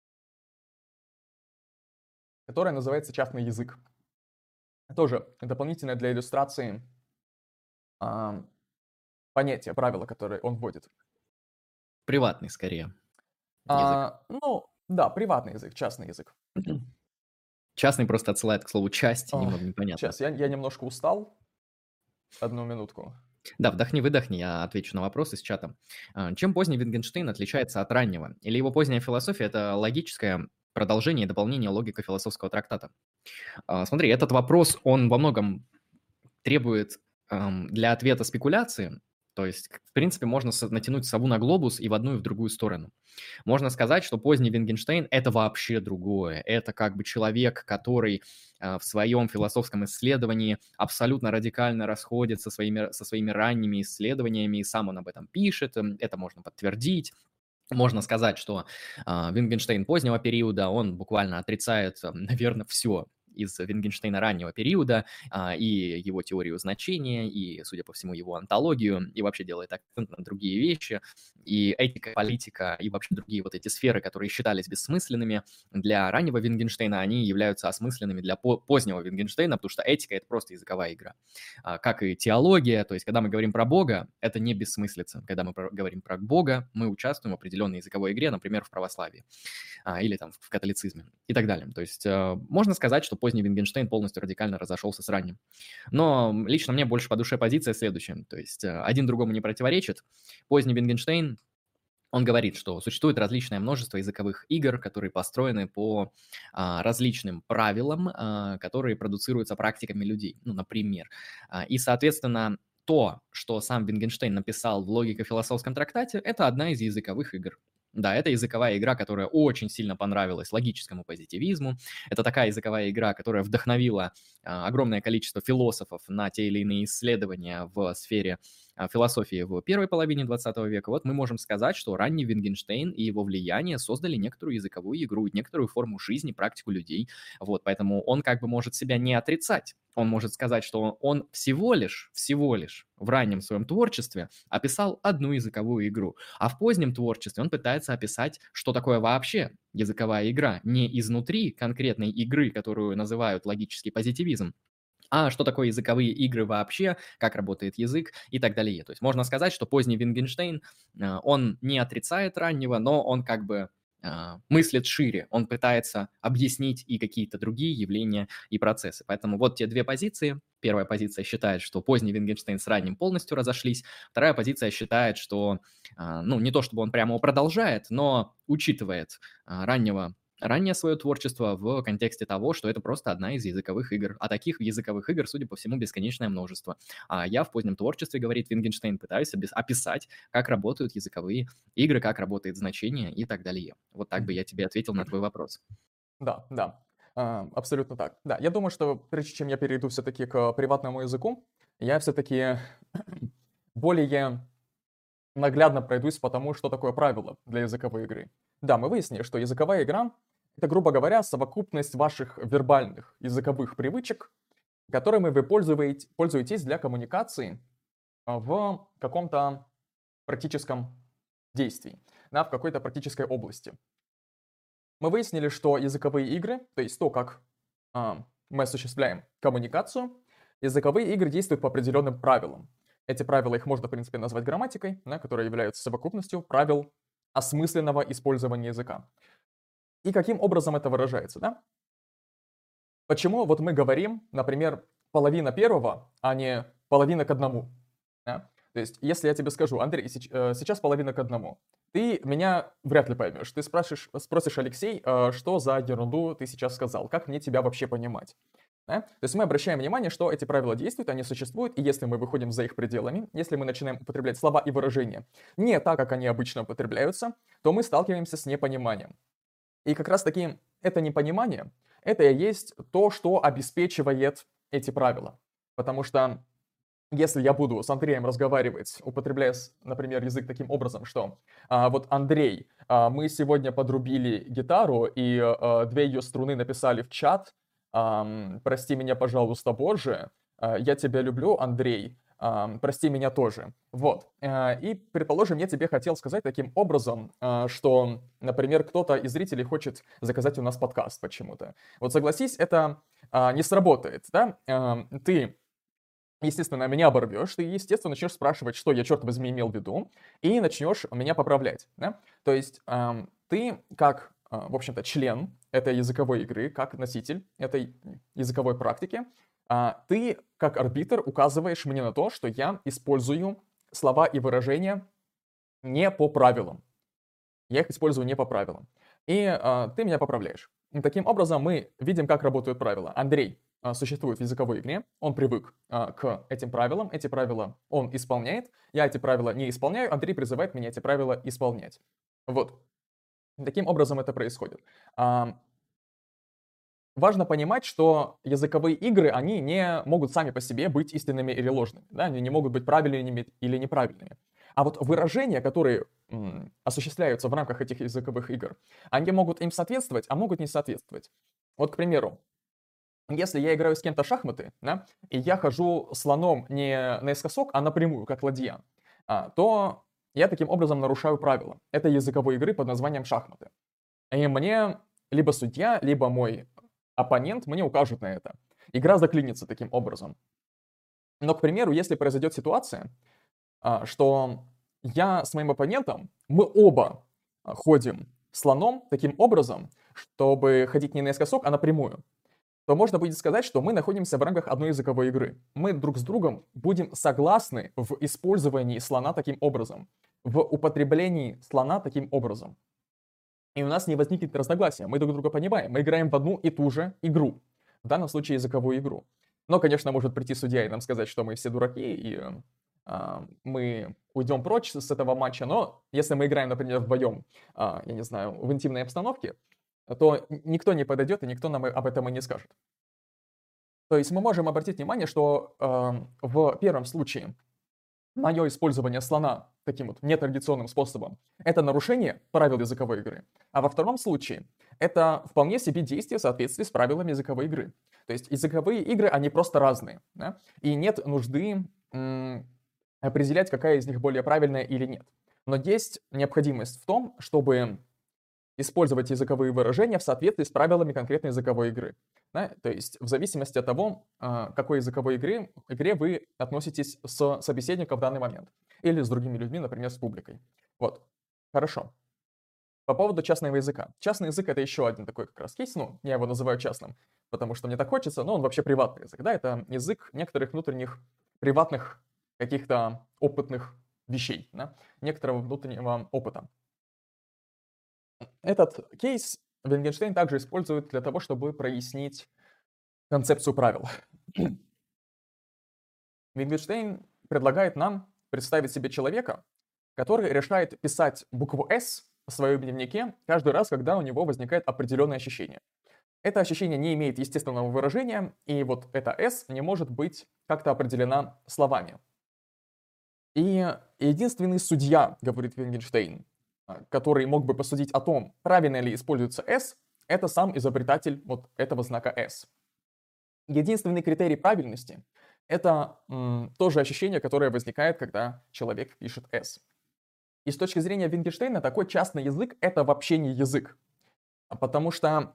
которая называется частный язык. Тоже дополнительное для иллюстрации понятие, правило, которое он вводит. Приватный, скорее, язык. Ну, да, приватный язык, частный язык. Частный просто отсылает к слову «часть», немного непонятно. Сейчас, я немножко устал. Одну минутку. Да, вдохни-выдохни, я отвечу на вопросы с чата. Чем поздний Wittgenstein отличается от раннего? Или его поздняя философия – это логическое продолжение и дополнение логико-философского трактата? Смотри, этот вопрос, он во многом требует для ответа спекуляции. То есть, в принципе, можно натянуть сову на глобус и в одну, и в другую сторону. Можно сказать, что поздний Wittgenstein – это вообще другое. Это как бы человек, который в своем философском исследовании абсолютно радикально расходится со своими ранними исследованиями, и сам он об этом пишет, это можно подтвердить. Можно сказать, что Wittgenstein позднего периода, он буквально отрицает, наверное, все из Wittgensteina раннего периода, и его теорию значения, и, судя по всему, его онтологию, и вообще делает акцент на другие вещи, и этика, политика, и вообще другие вот эти сферы, которые считались бессмысленными для раннего Wittgensteina, они являются осмысленными для позднего Wittgensteina, потому что этика – это просто языковая игра. Как и теология, то есть когда мы говорим про Бога, это не бессмыслица. Когда мы говорим про Бога, мы участвуем в определенной языковой игре, например, в православии, или там в католицизме и так далее. То есть можно сказать, что поздний Wittgenstein полностью радикально разошелся с ранним. Но лично мне больше по душе позиция следующая. То есть один другому не противоречит. Поздний Wittgenstein, он говорит, что существует различное множество языковых игр, которые построены по различным правилам, которые продуцируются практиками людей, ну, например. И, соответственно, то, что сам Wittgenstein написал в логико-философском трактате, это одна из языковых игр. Да, это языковая игра, которая очень сильно понравилась логическому позитивизму. Это такая языковая игра, которая вдохновила огромное количество философов на те или иные исследования в сфере философии в первой половине 20 века. Вот мы можем сказать, что ранний Wittgenstein и его влияние создали некоторую языковую игру, некоторую форму жизни, практику людей. Вот, поэтому он как бы может себя не отрицать. Он может сказать, что он всего лишь в раннем своем творчестве описал одну языковую игру, а в позднем творчестве он пытается описать, что такое вообще языковая игра, не изнутри конкретной игры, которую называют логический позитивизм, а что такое языковые игры вообще, как работает язык и так далее. То есть можно сказать, что поздний Wittgenstein, он не отрицает раннего, но он как бы мыслит шире, он пытается объяснить и какие-то другие явления и процессы. Поэтому вот те две позиции. Первая позиция считает, что поздний Wittgenstein с ранним полностью разошлись. Вторая позиция считает, что, ну, не то чтобы он прямо его продолжает, но учитывает раннее свое творчество в контексте того, что это просто одна из языковых игр. А таких языковых игр, судя по всему, бесконечное множество. А я в позднем творчестве, говорит Wittgenstein, пытаюсь описать, как работают языковые игры, как работает значение и так далее. Вот так бы я тебе ответил на твой вопрос. Да, да, абсолютно так. Да, я думаю, что прежде чем я перейду все-таки к приватному языку, я все-таки более наглядно пройдусь по тому, что такое правило для языковой игры. Да, мы выяснили, что языковая игра — это, грубо говоря, совокупность ваших вербальных языковых привычек, которыми вы пользуетесь для коммуникации в каком-то практическом действий, да, в какой-то практической области. Мы выяснили, что языковые игры, то есть то, как мы осуществляем коммуникацию, языковые игры действуют по определенным правилам. Эти правила, их можно, в принципе, назвать грамматикой, да, которые являются совокупностью правил осмысленного использования языка. И каким образом это выражается, да? Почему вот мы говорим, например, половина первого, а не половина к одному? Да? То есть, если я тебе скажу, Андрей, сейчас половина к одному, ты меня вряд ли поймешь. Ты спросишь, Алексей, что за ерунду ты сейчас сказал, как мне тебя вообще понимать? Да? То есть мы обращаем внимание, что эти правила действуют, они существуют, и если мы выходим за их пределами, если мы начинаем употреблять слова и выражения не так, как они обычно употребляются, то мы сталкиваемся с непониманием. И как раз-таки это непонимание, это и есть то, что обеспечивает эти правила. Потому что если я буду с Андреем разговаривать, употребляя, например, язык таким образом, что вот Андрей, мы сегодня подрубили гитару и две ее струны написали в чат, прости меня, пожалуйста, Боже, я тебя люблю, Андрей, прости меня тоже. Вот. И, предположим, я тебе хотел сказать таким образом, что, например, кто-то из зрителей хочет заказать у нас подкаст почему-то. Вот согласись, это не сработает, да? Ты, естественно, меня оборвешь, ты, естественно, начнешь спрашивать, что я, черт возьми, имел в виду, и начнешь меня поправлять, да? То есть ты, как, в общем-то, член этой языковой игры, как носитель этой языковой практики, ты, как арбитр, указываешь мне на то, что я использую слова и выражения не по правилам. Я их использую не по правилам. И ты меня поправляешь. И таким образом мы видим, как работают правила. Андрей существует в языковой игре, он привык к этим правилам, эти правила он исполняет, я эти правила не исполняю, Андрей призывает меня эти правила исполнять. Вот. Таким образом это происходит. Важно понимать, что языковые игры, они не могут сами по себе быть истинными или ложными, да? Они не могут быть правильными или неправильными. А вот выражения, которые осуществляются в рамках этих языковых игр, они могут им соответствовать, а могут не соответствовать. Вот, к примеру, если я играю с кем-то в шахматы, да, и я хожу слоном не наискосок, а напрямую, как ладья, то я таким образом нарушаю правила этой языковой игры под названием шахматы. И мне либо судья, либо мой оппонент мне укажет на это. Игра заклинится таким образом. Но, к примеру, если произойдет ситуация, что я с моим оппонентом, мы оба ходим слоном таким образом, чтобы ходить не наискосок, а напрямую, то можно будет сказать, что мы находимся в рамках одной языковой игры. Мы друг с другом будем согласны в использовании слона таким образом, в употреблении слона таким образом. И у нас не возникнет разногласия, мы друг друга понимаем, мы играем в одну и ту же игру, в данном случае языковую игру. Но, конечно, может прийти судья и нам сказать, что мы все дураки, и мы уйдем прочь с этого матча, но если мы играем, например, вдвоем, я не знаю, в интимной обстановке, то никто не подойдет и никто нам об этом и не скажет. То есть мы можем обратить внимание, что в первом случае мое использование слона таким вот нетрадиционным способом — это нарушение правил языковой игры. А во втором случае это вполне себе действие в соответствии с правилами языковой игры. То есть языковые игры, они просто разные, да? И нет нужды определять, какая из них более правильная или нет. Но есть необходимость в том, чтобы использовать языковые выражения в соответствии с правилами конкретной языковой игры. Да? То есть в зависимости от того, к какой языковой игре вы относитесь с собеседником в данный момент. Или с другими людьми, например, с публикой. Вот. Хорошо. По поводу частного языка. Частный язык — это еще один такой как раз кейс, ну, я его называю частным, потому что мне так хочется, но он вообще приватный язык, да, это язык некоторых внутренних приватных каких-то опытных вещей, да, некоторого внутреннего опыта. Этот кейс Wittgenstein также использует для того, чтобы прояснить концепцию правил. Wittgenstein предлагает нам представить себе человека, который решает писать букву «С» в своем дневнике каждый раз, когда у него возникает определенное ощущение. Это ощущение не имеет естественного выражения, и вот эта S не может быть как-то определена словами. И единственный судья, говорит Wittgenstein, который мог бы посудить о том, правильно ли используется S, это сам изобретатель вот этого знака S. Единственный критерий правильности — это тоже ощущение, которое возникает, когда человек пишет S. И с точки зрения Wittgensteina такой частный язык — это вообще не язык. Потому что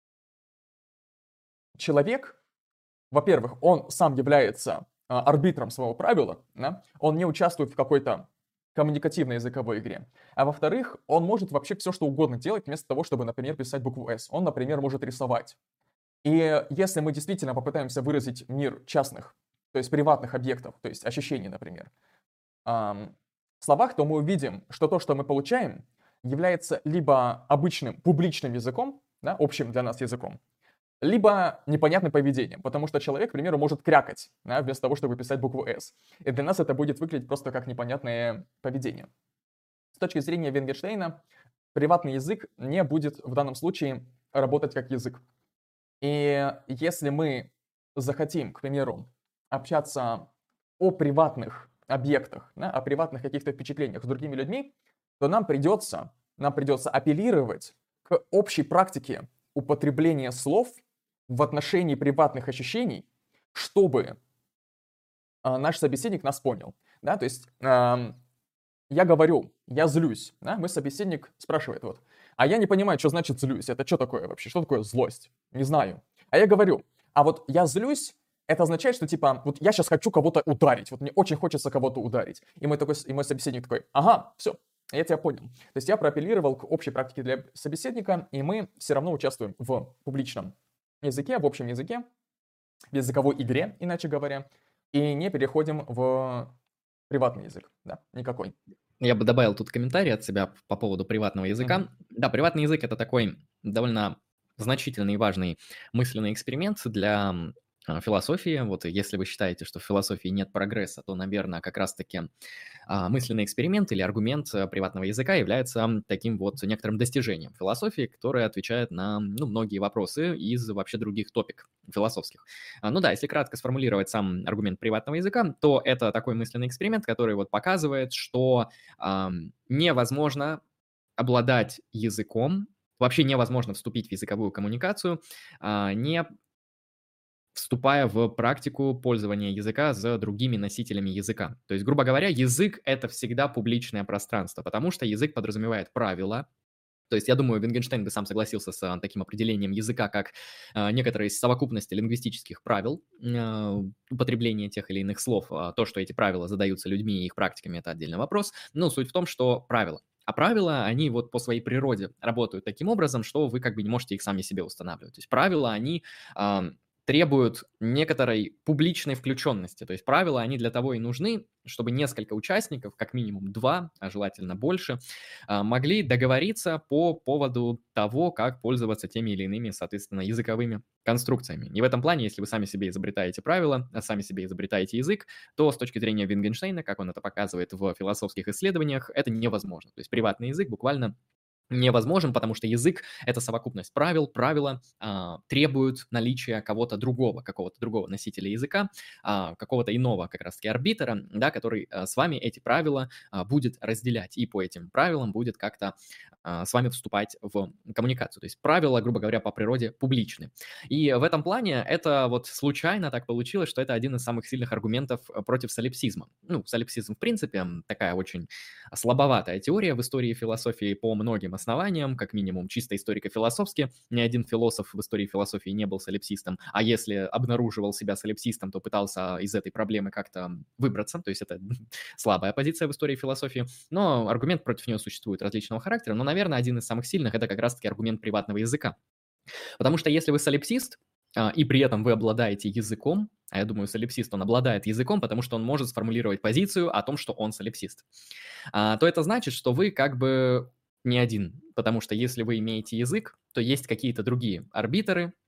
человек, во-первых, он сам является арбитром своего правила, да? Он не участвует в какой-то коммуникативной языковой игре. А во-вторых, он может вообще все, что угодно делать, вместо того, чтобы, например, писать букву S. Он, например, может рисовать. И если мы действительно попытаемся выразить мир частных, то есть приватных объектов, то есть ощущений, например, в словах, то мы увидим, что то, что мы получаем, является либо обычным публичным языком, да, общим для нас языком, либо непонятным поведением, потому что человек, к примеру, может крякать, да, вместо того, чтобы писать букву S. И для нас это будет выглядеть просто как непонятное поведение. С точки зрения Wittgensteina, приватный язык не будет в данном случае работать как язык. И если мы захотим, к примеру, общаться о приватных объектах, да, о приватных каких-то впечатлениях с другими людьми, то нам придется апеллировать к общей практике употребления слов в отношении приватных ощущений, чтобы наш собеседник нас понял. Да? То есть я говорю, я злюсь. Да? Мой собеседник спрашивает, вот, а я не понимаю, что значит злюсь. Это что такое вообще? Что такое злость? Не знаю. А я говорю, а вот я злюсь, это означает, что типа, вот я сейчас хочу кого-то ударить, вот мне очень хочется кого-то ударить. И мой собеседник такой, ага, все, я тебя понял. То есть я проапеллировал к общей практике для собеседника, и мы все равно участвуем в публичном языке, в общем языке, в языковой игре, иначе говоря, и не переходим в приватный язык, да, никакой. Я бы добавил тут комментарий от себя по поводу приватного языка. Да, приватный язык — это такой довольно значительный и важный мысленный эксперимент для философии. Вот если вы считаете, что в философии нет прогресса, то, наверное, как раз-таки мысленный эксперимент или аргумент приватного языка является таким вот некоторым достижением философии, которое отвечает на многие вопросы из вообще других топик философских. Ну да, если кратко сформулировать сам аргумент приватного языка, то это такой мысленный эксперимент, который вот показывает, что невозможно обладать языком, вообще невозможно вступить в языковую коммуникацию, не вступая в практику пользования языка за другими носителями языка. То есть, грубо говоря, язык — это всегда публичное пространство, потому что язык подразумевает правила. То есть, я думаю, Wittgenstein бы сам согласился с таким определением языка, как некоторая из совокупности лингвистических правил употребления тех или иных слов. То, что эти правила задаются людьми и их практиками, это отдельный вопрос. Но суть в том, что правила. А правила, они вот по своей природе работают таким образом, что вы как бы не можете их сами себе устанавливать. То есть правила, они требуют некоторой публичной включенности. То есть правила, они для того и нужны, чтобы несколько участников, как минимум 2, а желательно больше, могли договориться по поводу того, как пользоваться теми или иными, соответственно, языковыми конструкциями. И в этом плане, если вы сами себе изобретаете правила, сами себе изобретаете язык, то с точки зрения Wittgensteina, как он это показывает в философских исследованиях, это невозможно. То есть приватный язык буквально невозможен, потому что язык — это совокупность правил. Правила требуют наличия какого-то другого носителя языка, какого-то иного как раз-таки арбитра, да, который с вами эти правила будет разделять и по этим правилам будет как-то с вами вступать в коммуникацию. То есть правила, грубо говоря, по природе публичны. И в этом плане это вот случайно так получилось, что это один из самых сильных аргументов против солипсизма. Ну, солипсизм, в принципе, такая очень слабоватая теория в истории философии по многим основаниям, как минимум чисто историко-философски. Ни один философ в истории философии не был солипсистом, а если обнаруживал себя солипсистом, то пытался из этой проблемы как-то выбраться, то есть это слабая позиция в истории философии, но аргумент против нее существует различного характера, но, наверное, один из самых сильных — это как раз-таки аргумент приватного языка. Потому что если вы солипсист, и при этом вы обладаете языком, а я думаю, солипсист, он обладает языком, потому что он может сформулировать позицию о том, что он солипсист, то это значит, что вы как бы не один, потому что если вы имеете язык, то есть какие-то другие арбитры,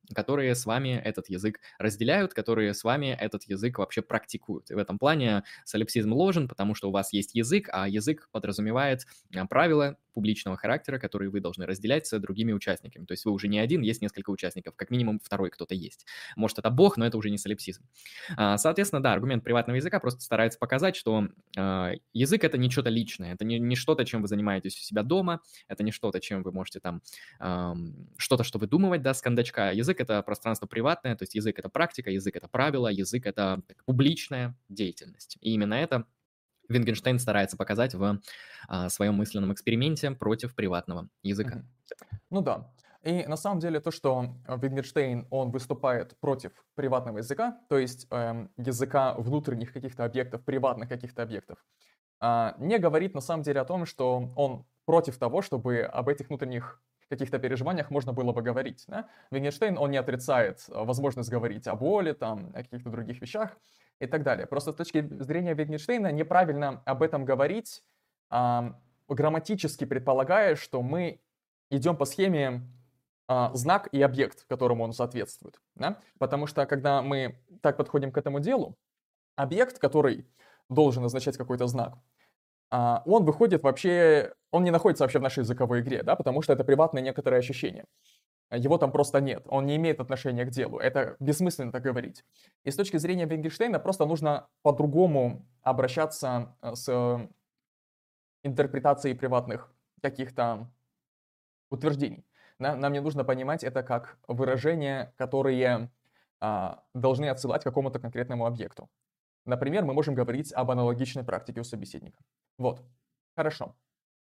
которые с вами этот язык разделяют, которые с вами этот язык вообще практикуют. И в этом плане солипсизм ложен, потому что у вас есть язык, а язык подразумевает правила публичного характера, которые вы должны разделять с другими участниками. То есть вы уже не один, есть несколько участников, как минимум второй кто-то есть. Может, это бог, но это уже не солипсизм. Соответственно, да, аргумент приватного языка просто старается показать, что язык — это не что-то личное, это не что-то, чем вы занимаетесь у себя дома, это не что-то, чем вы можете там что-то, что выдумывать, да, с кондачка. Язык — это пространство приватное, то есть язык — это практика, язык — это правило, язык — это публичная деятельность. И именно это Wittgenstein старается показать в своем мысленном эксперименте против приватного языка. Мгм. Ну да. И на самом деле то, что Wittgenstein, он выступает против приватного языка, то есть языка внутренних каких-то объектов, приватных каких-то объектов, не говорит на самом деле о том, что он против того, чтобы об этих внутренних каких-то переживаниях можно было бы говорить. Да? Wittgenstein, он не отрицает возможность говорить о боли, там, о каких-то других вещах и так далее. Просто с точки зрения Wittgensteina неправильно об этом говорить, грамматически предполагая, что мы идем по схеме знак и объект, которому он соответствует. Да? Потому что когда мы так подходим к этому делу, объект, который должен означать какой-то знак, он выходит вообще, он не находится вообще в нашей языковой игре, да, потому что это приватное некоторое ощущение. Его там просто нет, он не имеет отношения к делу, это бессмысленно так говорить. И с точки зрения Wittgensteina просто нужно по-другому обращаться с интерпретацией приватных каких-то утверждений. Нам не нужно понимать это как выражения, которые должны отсылать к какому-то конкретному объекту. Например, мы можем говорить об аналогичной практике у собеседника. Вот, хорошо.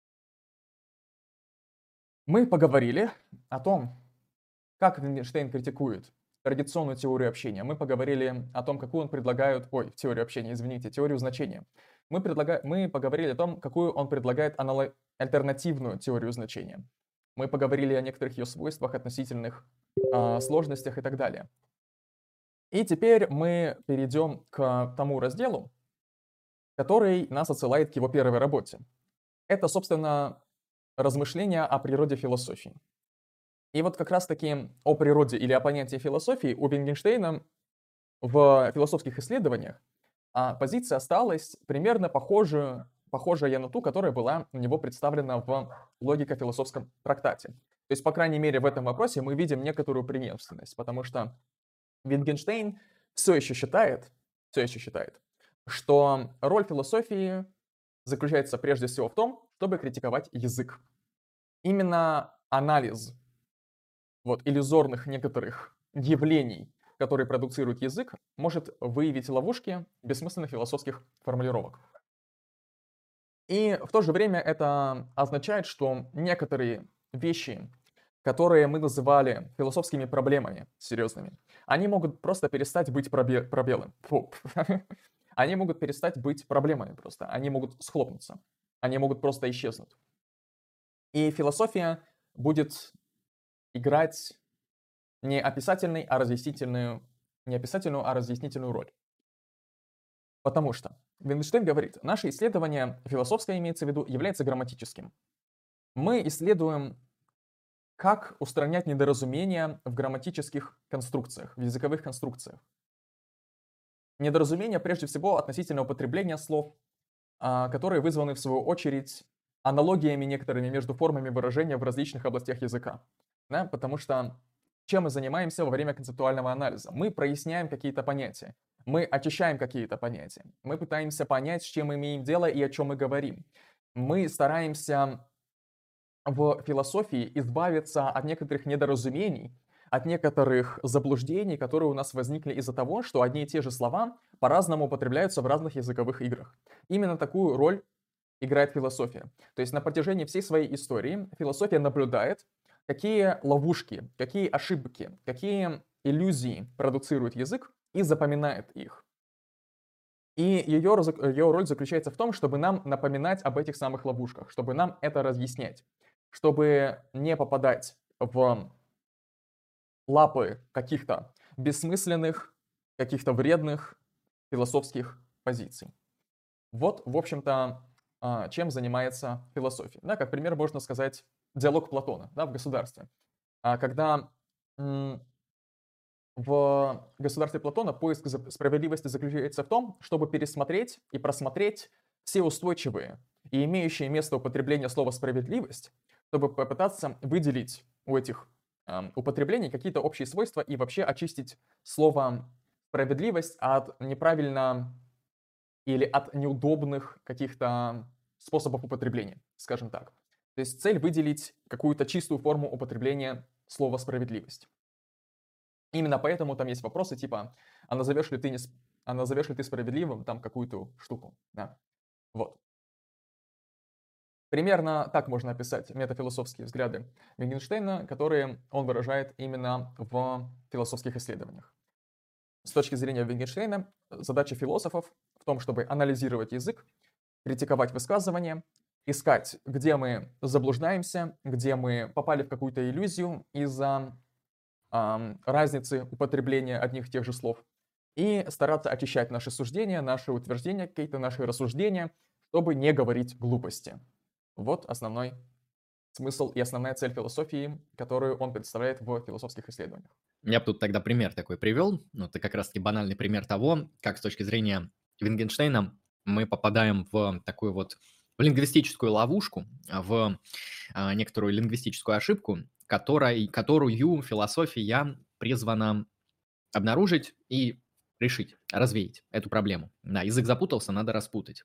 Мы поговорили о том, как Wittgenstein критикует традиционную теорию общения. Мы поговорили о том, какую он предлагает... теорию общения, извините, теорию значения. Мы поговорили о том, какую он предлагает альтернативную теорию значения. Мы поговорили о некоторых ее свойствах, относительных сложностях и так далее. И теперь мы перейдем к тому разделу, который нас отсылает к его первой работе. Это, собственно, размышления о природе философии. И вот как раз-таки о природе или о понятии философии у Wittgensteina в философских исследованиях позиция осталась примерно похожая на ту, которая была у него представлена в логико-философском трактате. То есть, по крайней мере, в этом вопросе мы видим некоторую преемственность, потому что Wittgenstein все еще считает, что роль философии заключается прежде всего в том, чтобы критиковать язык. Именно анализ иллюзорных некоторых явлений, которые продуцирует язык, может выявить ловушки бессмысленных философских формулировок. И в то же время это означает, что некоторые вещи, которые мы называли философскими проблемами серьезными, они могут просто перестать быть пробелом. Они могут перестать быть проблемами просто. Они могут схлопнуться. Они могут просто исчезнуть. И философия будет играть не описательную, а разъяснительную роль. Потому что Wittgenstein говорит, наше исследование, философское имеется в виду, является грамматическим. Мы исследуем, как устранять недоразумения в грамматических конструкциях, в языковых конструкциях. Недоразумения, прежде всего, относительно употребления слов, которые вызваны, в свою очередь, аналогиями некоторыми между формами выражения в различных областях языка. Да? Потому что чем мы занимаемся во время концептуального анализа? Мы проясняем какие-то понятия, мы очищаем какие-то понятия, мы пытаемся понять, с чем мы имеем дело и о чем мы говорим. Мы стараемся в философии избавиться от некоторых недоразумений, от некоторых заблуждений, которые у нас возникли из-за того, что одни и те же слова по-разному употребляются в разных языковых играх. Именно такую роль играет философия. То есть на протяжении всей своей истории философия наблюдает, какие ловушки, какие ошибки, какие иллюзии продуцирует язык и запоминает их. И ее роль заключается в том, чтобы нам напоминать об этих самых ловушках, чтобы нам это разъяснять, чтобы не попадать в лапы каких-то бессмысленных, каких-то вредных философских позиций. Вот, в общем-то, чем занимается философия. Да, как пример можно сказать диалог Платона, да, в государстве. Когда в государстве Платона поиск справедливости заключается в том, чтобы пересмотреть и просмотреть все устойчивые и имеющие место употребления слова «справедливость», чтобы попытаться выделить у этих употреблений какие-то общие свойства и вообще очистить слово «справедливость» от неправильно или от неудобных каких-то способов употребления, скажем так. То есть цель выделить какую-то чистую форму употребления слова «справедливость». Именно поэтому там есть вопросы типа, а назовешь ли ты справедливым там какую-то штуку, да. Вот. Примерно так можно описать метафилософские взгляды Wittgensteina, которые он выражает именно в философских исследованиях. С точки зрения Wittgensteina, задача философов в том, чтобы анализировать язык, критиковать высказывания, искать, где мы заблуждаемся, где мы попали в какую-то иллюзию из-за разницы употребления одних и тех же слов, и стараться очищать наши суждения, наши утверждения, какие-то наши рассуждения, чтобы не говорить глупости. Вот основной смысл и основная цель философии, которую он представляет в философских исследованиях. Я бы тут тогда пример такой привел. Ну, это как раз-таки банальный пример того, как с точки зрения Wittgensteina мы попадаем в такую вот в лингвистическую ловушку, в некоторую лингвистическую ошибку, которую философия призвана обнаружить и решить, развеять эту проблему. Да, язык запутался, надо распутать.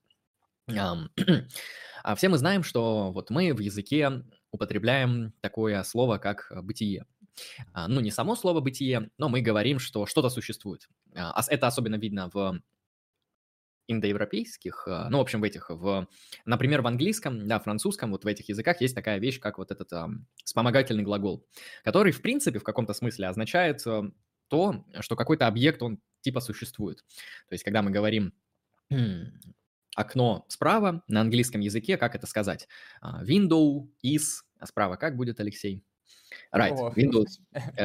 А все мы знаем, что вот мы в языке употребляем такое слово, как бытие. Ну, не само слово бытие, но мы говорим, что что-то существует. Это особенно видно в индоевропейских, ну, в общем, например, в английском, да, французском, вот в этих языках есть такая вещь, как вот этот вспомогательный глагол, который, в принципе, в каком-то смысле означает то, что какой-то объект, он типа существует. То есть, когда мы говорим окно справа на английском языке, как это сказать? Window is, а справа как будет, Алексей? Right, О, Windows.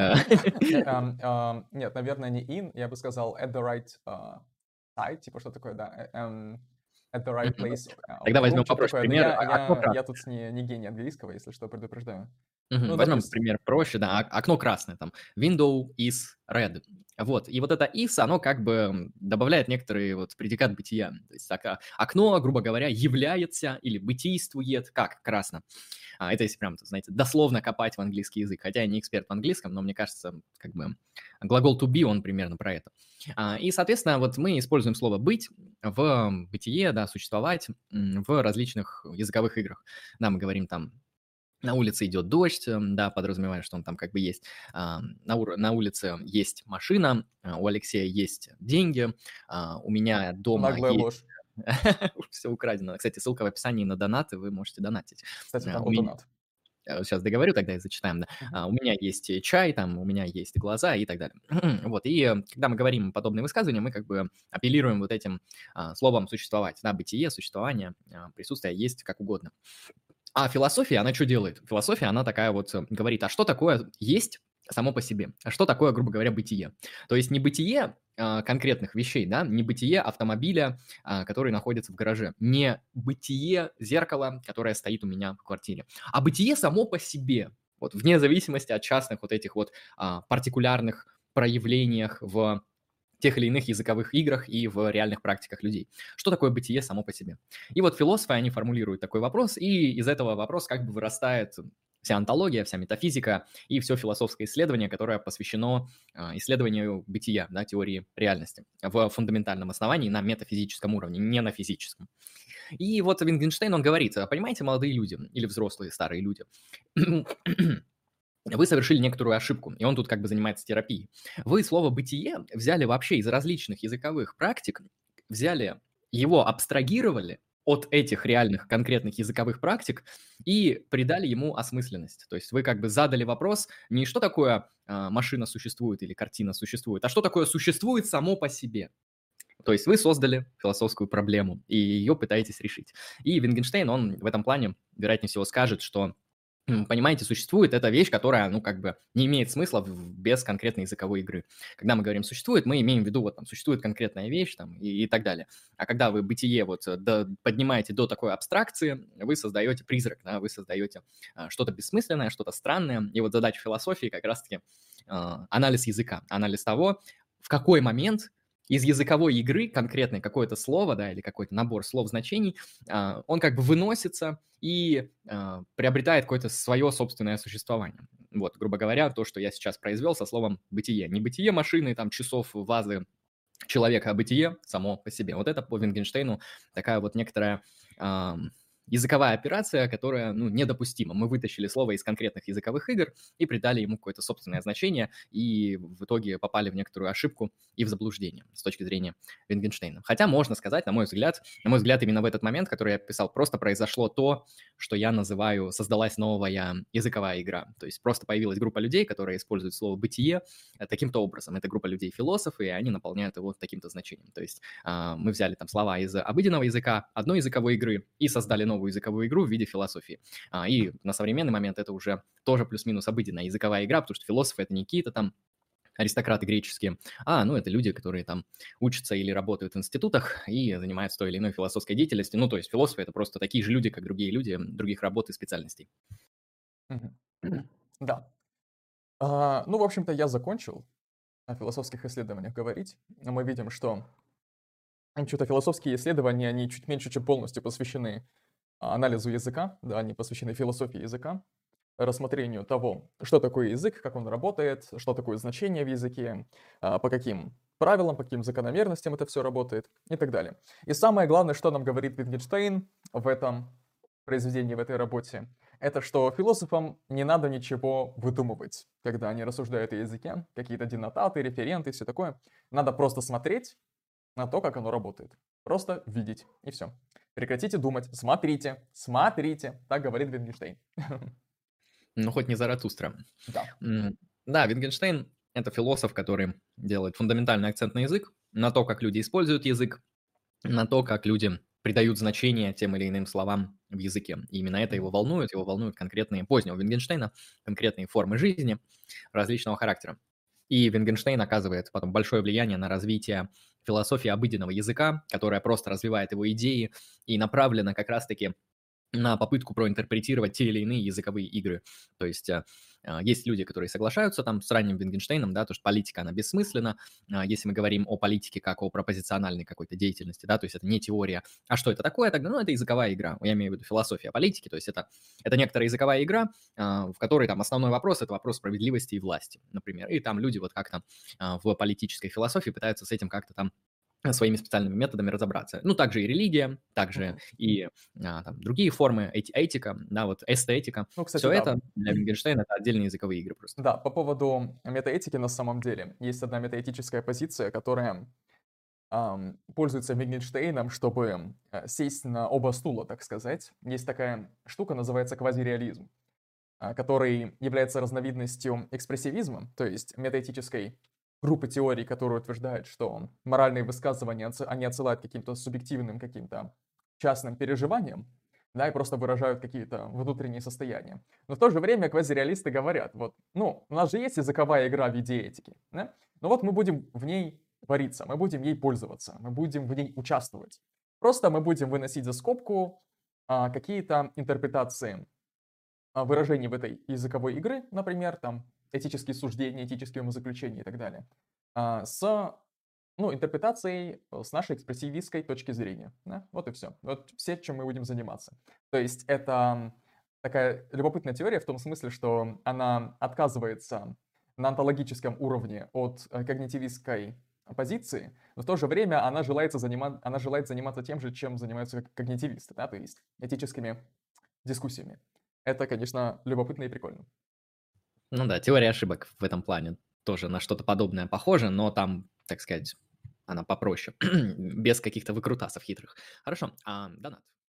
Нет, наверное, не in, я бы сказал at the right side, типа что такое, да, at the right place Тогда of the room, возьмем что-то попроще такое. Но пример. Окно я красное. тут не гений английского, если что, предупреждаю. Мгм. Ну, Возьмем допустим. пример проще, да, окно красное, там, window is red. Вот, и вот это is, оно как бы добавляет некоторый вот предикат бытия. То есть окно, грубо говоря, является или бытийствует, как красно. Это если прям, знаете, дословно копать в английский язык. Хотя я не эксперт в английском, но мне кажется, как бы глагол to be, он примерно про это. И, соответственно, вот мы используем слово «быть» в бытие, да, существовать в различных языковых играх. Да, мы говорим там на улице идет дождь, да, подразумевая, что он там как бы есть. На улице есть машина, у Алексея есть деньги, у меня дома Наглая есть... ложь. Все украдено. Кстати, ссылка в описании на донаты, вы можете донатить. Кстати, там У был меня... донат. Сейчас договорю, тогда и зачитаем, да. У меня есть чай, там, у меня есть глаза и так далее. Вот, и когда мы говорим подобные высказывания, мы как бы апеллируем вот этим словом «существовать», да, бытие, существование, присутствие есть как угодно. А философия, она что делает? Философия, она такая вот говорит, а что такое есть само по себе? А что такое, грубо говоря, бытие? То есть не бытие конкретных вещей, да, не бытие автомобиля, который находится в гараже, не бытие зеркала, которое стоит у меня в квартире, а бытие само по себе, вот вне зависимости от частных вот этих вот партикулярных проявлениях в тех или иных языковых играх и в реальных практиках людей. Что такое бытие само по себе? И вот философы, они формулируют такой вопрос, и из этого вопроса как бы вырастает вся онтология, вся метафизика и все философское исследование, которое посвящено исследованию бытия, да, теории реальности в фундаментальном основании на метафизическом уровне, не на физическом. И вот Wittgenstein, он говорит, понимаете, молодые люди или взрослые старые люди, вы совершили некоторую ошибку, и он тут как бы занимается терапией. Вы слово «бытие» взяли вообще из различных языковых практик, взяли его, абстрагировали от этих реальных конкретных языковых практик и придали ему осмысленность. То есть вы как бы задали вопрос не что такое машина существует или картина существует, а что такое существует само по себе. То есть вы создали философскую проблему и ее пытаетесь решить. И Wittgenstein, он в этом плане, вероятнее всего, скажет, что понимаете, существует эта вещь, которая, ну, как бы не имеет смысла без конкретной языковой игры. Когда мы говорим «существует», мы имеем в виду, вот там, существует конкретная вещь там, и так далее. А когда вы бытие вот поднимаете до такой абстракции, вы создаете призрак, да, вы создаете что-то бессмысленное, что-то странное. И вот задача философии как раз-таки анализ языка, анализ того, в какой момент из языковой игры конкретное какое-то слово, да, или какой-то набор слов-значений, он как бы выносится и приобретает какое-то свое собственное существование. Вот, грубо говоря, то, что я сейчас произвел со словом «бытие». Не бытие машины, там, часов, вазы, человека, а бытие само по себе. Вот это по Wittgensteinу такая вот некоторая языковая операция, которая, ну, недопустима. Мы вытащили слово из конкретных языковых игр и придали ему какое-то собственное значение, и в итоге попали в некоторую ошибку и в заблуждение с точки зрения Wittgensteina. Хотя можно сказать, на мой взгляд, именно в этот момент, который я писал, просто произошло то, что я называю, создалась новая языковая игра. То есть просто появилась группа людей, которые используют слово «бытие» таким-то образом. Это группа людей-философы, и они наполняют его таким-то значением. То есть мы взяли там слова из обыденного языка, одной языковой игры, и создали новую языковую игру в виде философии. И на современный момент это уже тоже плюс-минус обыденная языковая игра, потому что философы — это не какие-то там аристократы греческие, ну, это люди, которые там учатся или работают в институтах и занимаются той или иной философской деятельностью. Ну, то есть философы — это просто такие же люди, как другие люди, других работ и специальностей. Мгм. Да. Ну, в общем-то, я закончил о философских исследованиях говорить. Мы видим, что что-то философские исследования, они чуть меньше, чем полностью посвящены анализу языка, да, они посвящены философии языка, рассмотрению того, что такое язык, как он работает, что такое значение в языке, по каким правилам, по каким закономерностям это все работает и так далее. И самое главное, что нам говорит Wittgenstein в этом произведении, в этой работе, это что философам не надо ничего выдумывать, когда они рассуждают о языке, какие-то денотаты, референты и все такое. Надо просто смотреть на то, как оно работает. Просто видеть, и все. Прекратите думать, смотрите, смотрите, так говорит Wittgenstein. Ну, хоть не Заратустра. Да. Да, Wittgenstein — это философ, который делает фундаментальный акцент на язык, на то, как люди используют язык, на то, как люди придают значение тем или иным словам в языке. И именно это его волнуют конкретные, позднего Wittgensteina, конкретные формы жизни различного характера. И Wittgenstein оказывает потом большое влияние на развитие философии обыденного языка, которая просто развивает его идеи и направлена как раз-таки на попытку проинтерпретировать те или иные языковые игры. То есть есть люди, которые соглашаются там с ранним Wittgenstein'ом, да, то, что политика, она бессмысленна, если мы говорим о политике как о пропозициональной какой-то деятельности, да, то есть это не теория. А что это такое тогда? Ну, это языковая игра, я имею в виду философия политики, то есть это некоторая языковая игра, в которой там основной вопрос — это вопрос справедливости и власти, например. И там люди вот как-то в политической философии пытаются с этим как-то там своими специальными методами разобраться. Ну, также и религия, также и там, другие формы, этика, да, вот эстетика. Ну, кстати, Все да. это для Wittgensteina — это отдельные языковые игры просто. Да, по поводу метаэтики на самом деле. Есть одна метаэтическая позиция, которая пользуется Wittgenstein'ом, чтобы сесть на оба стула, так сказать. Есть такая штука, называется квазиреализм, который является разновидностью экспрессивизма, то есть метаэтической группы теорий, которые утверждают, что моральные высказывания, они отсылают к каким-то субъективным, каким-то частным переживаниям, да, и просто выражают какие-то внутренние состояния. Но в то же время квазиреалисты говорят, вот, ну, у нас же есть языковая игра в виде этики, да? Но вот мы будем в ней вариться, мы будем ей пользоваться, мы будем в ней участвовать. Просто мы будем выносить за скобку какие-то интерпретации выражений в этой языковой игры, например, там, этические суждения, этические умозаключения и так далее, с интерпретацией с нашей экспрессивистской точки зрения. Да? Вот и все. Вот все, чем мы будем заниматься. То есть это такая любопытная теория в том смысле, что она отказывается на онтологическом уровне от когнитивистской позиции, но в то же время она желает заниматься тем же, чем занимаются когнитивисты, да? То есть этическими дискуссиями. Это, конечно, любопытно и прикольно. Ну да, теория ошибок в этом плане тоже на что-то подобное похожа, но там, так сказать, она попроще, без каких-то выкрутасов хитрых. Хорошо, Донат.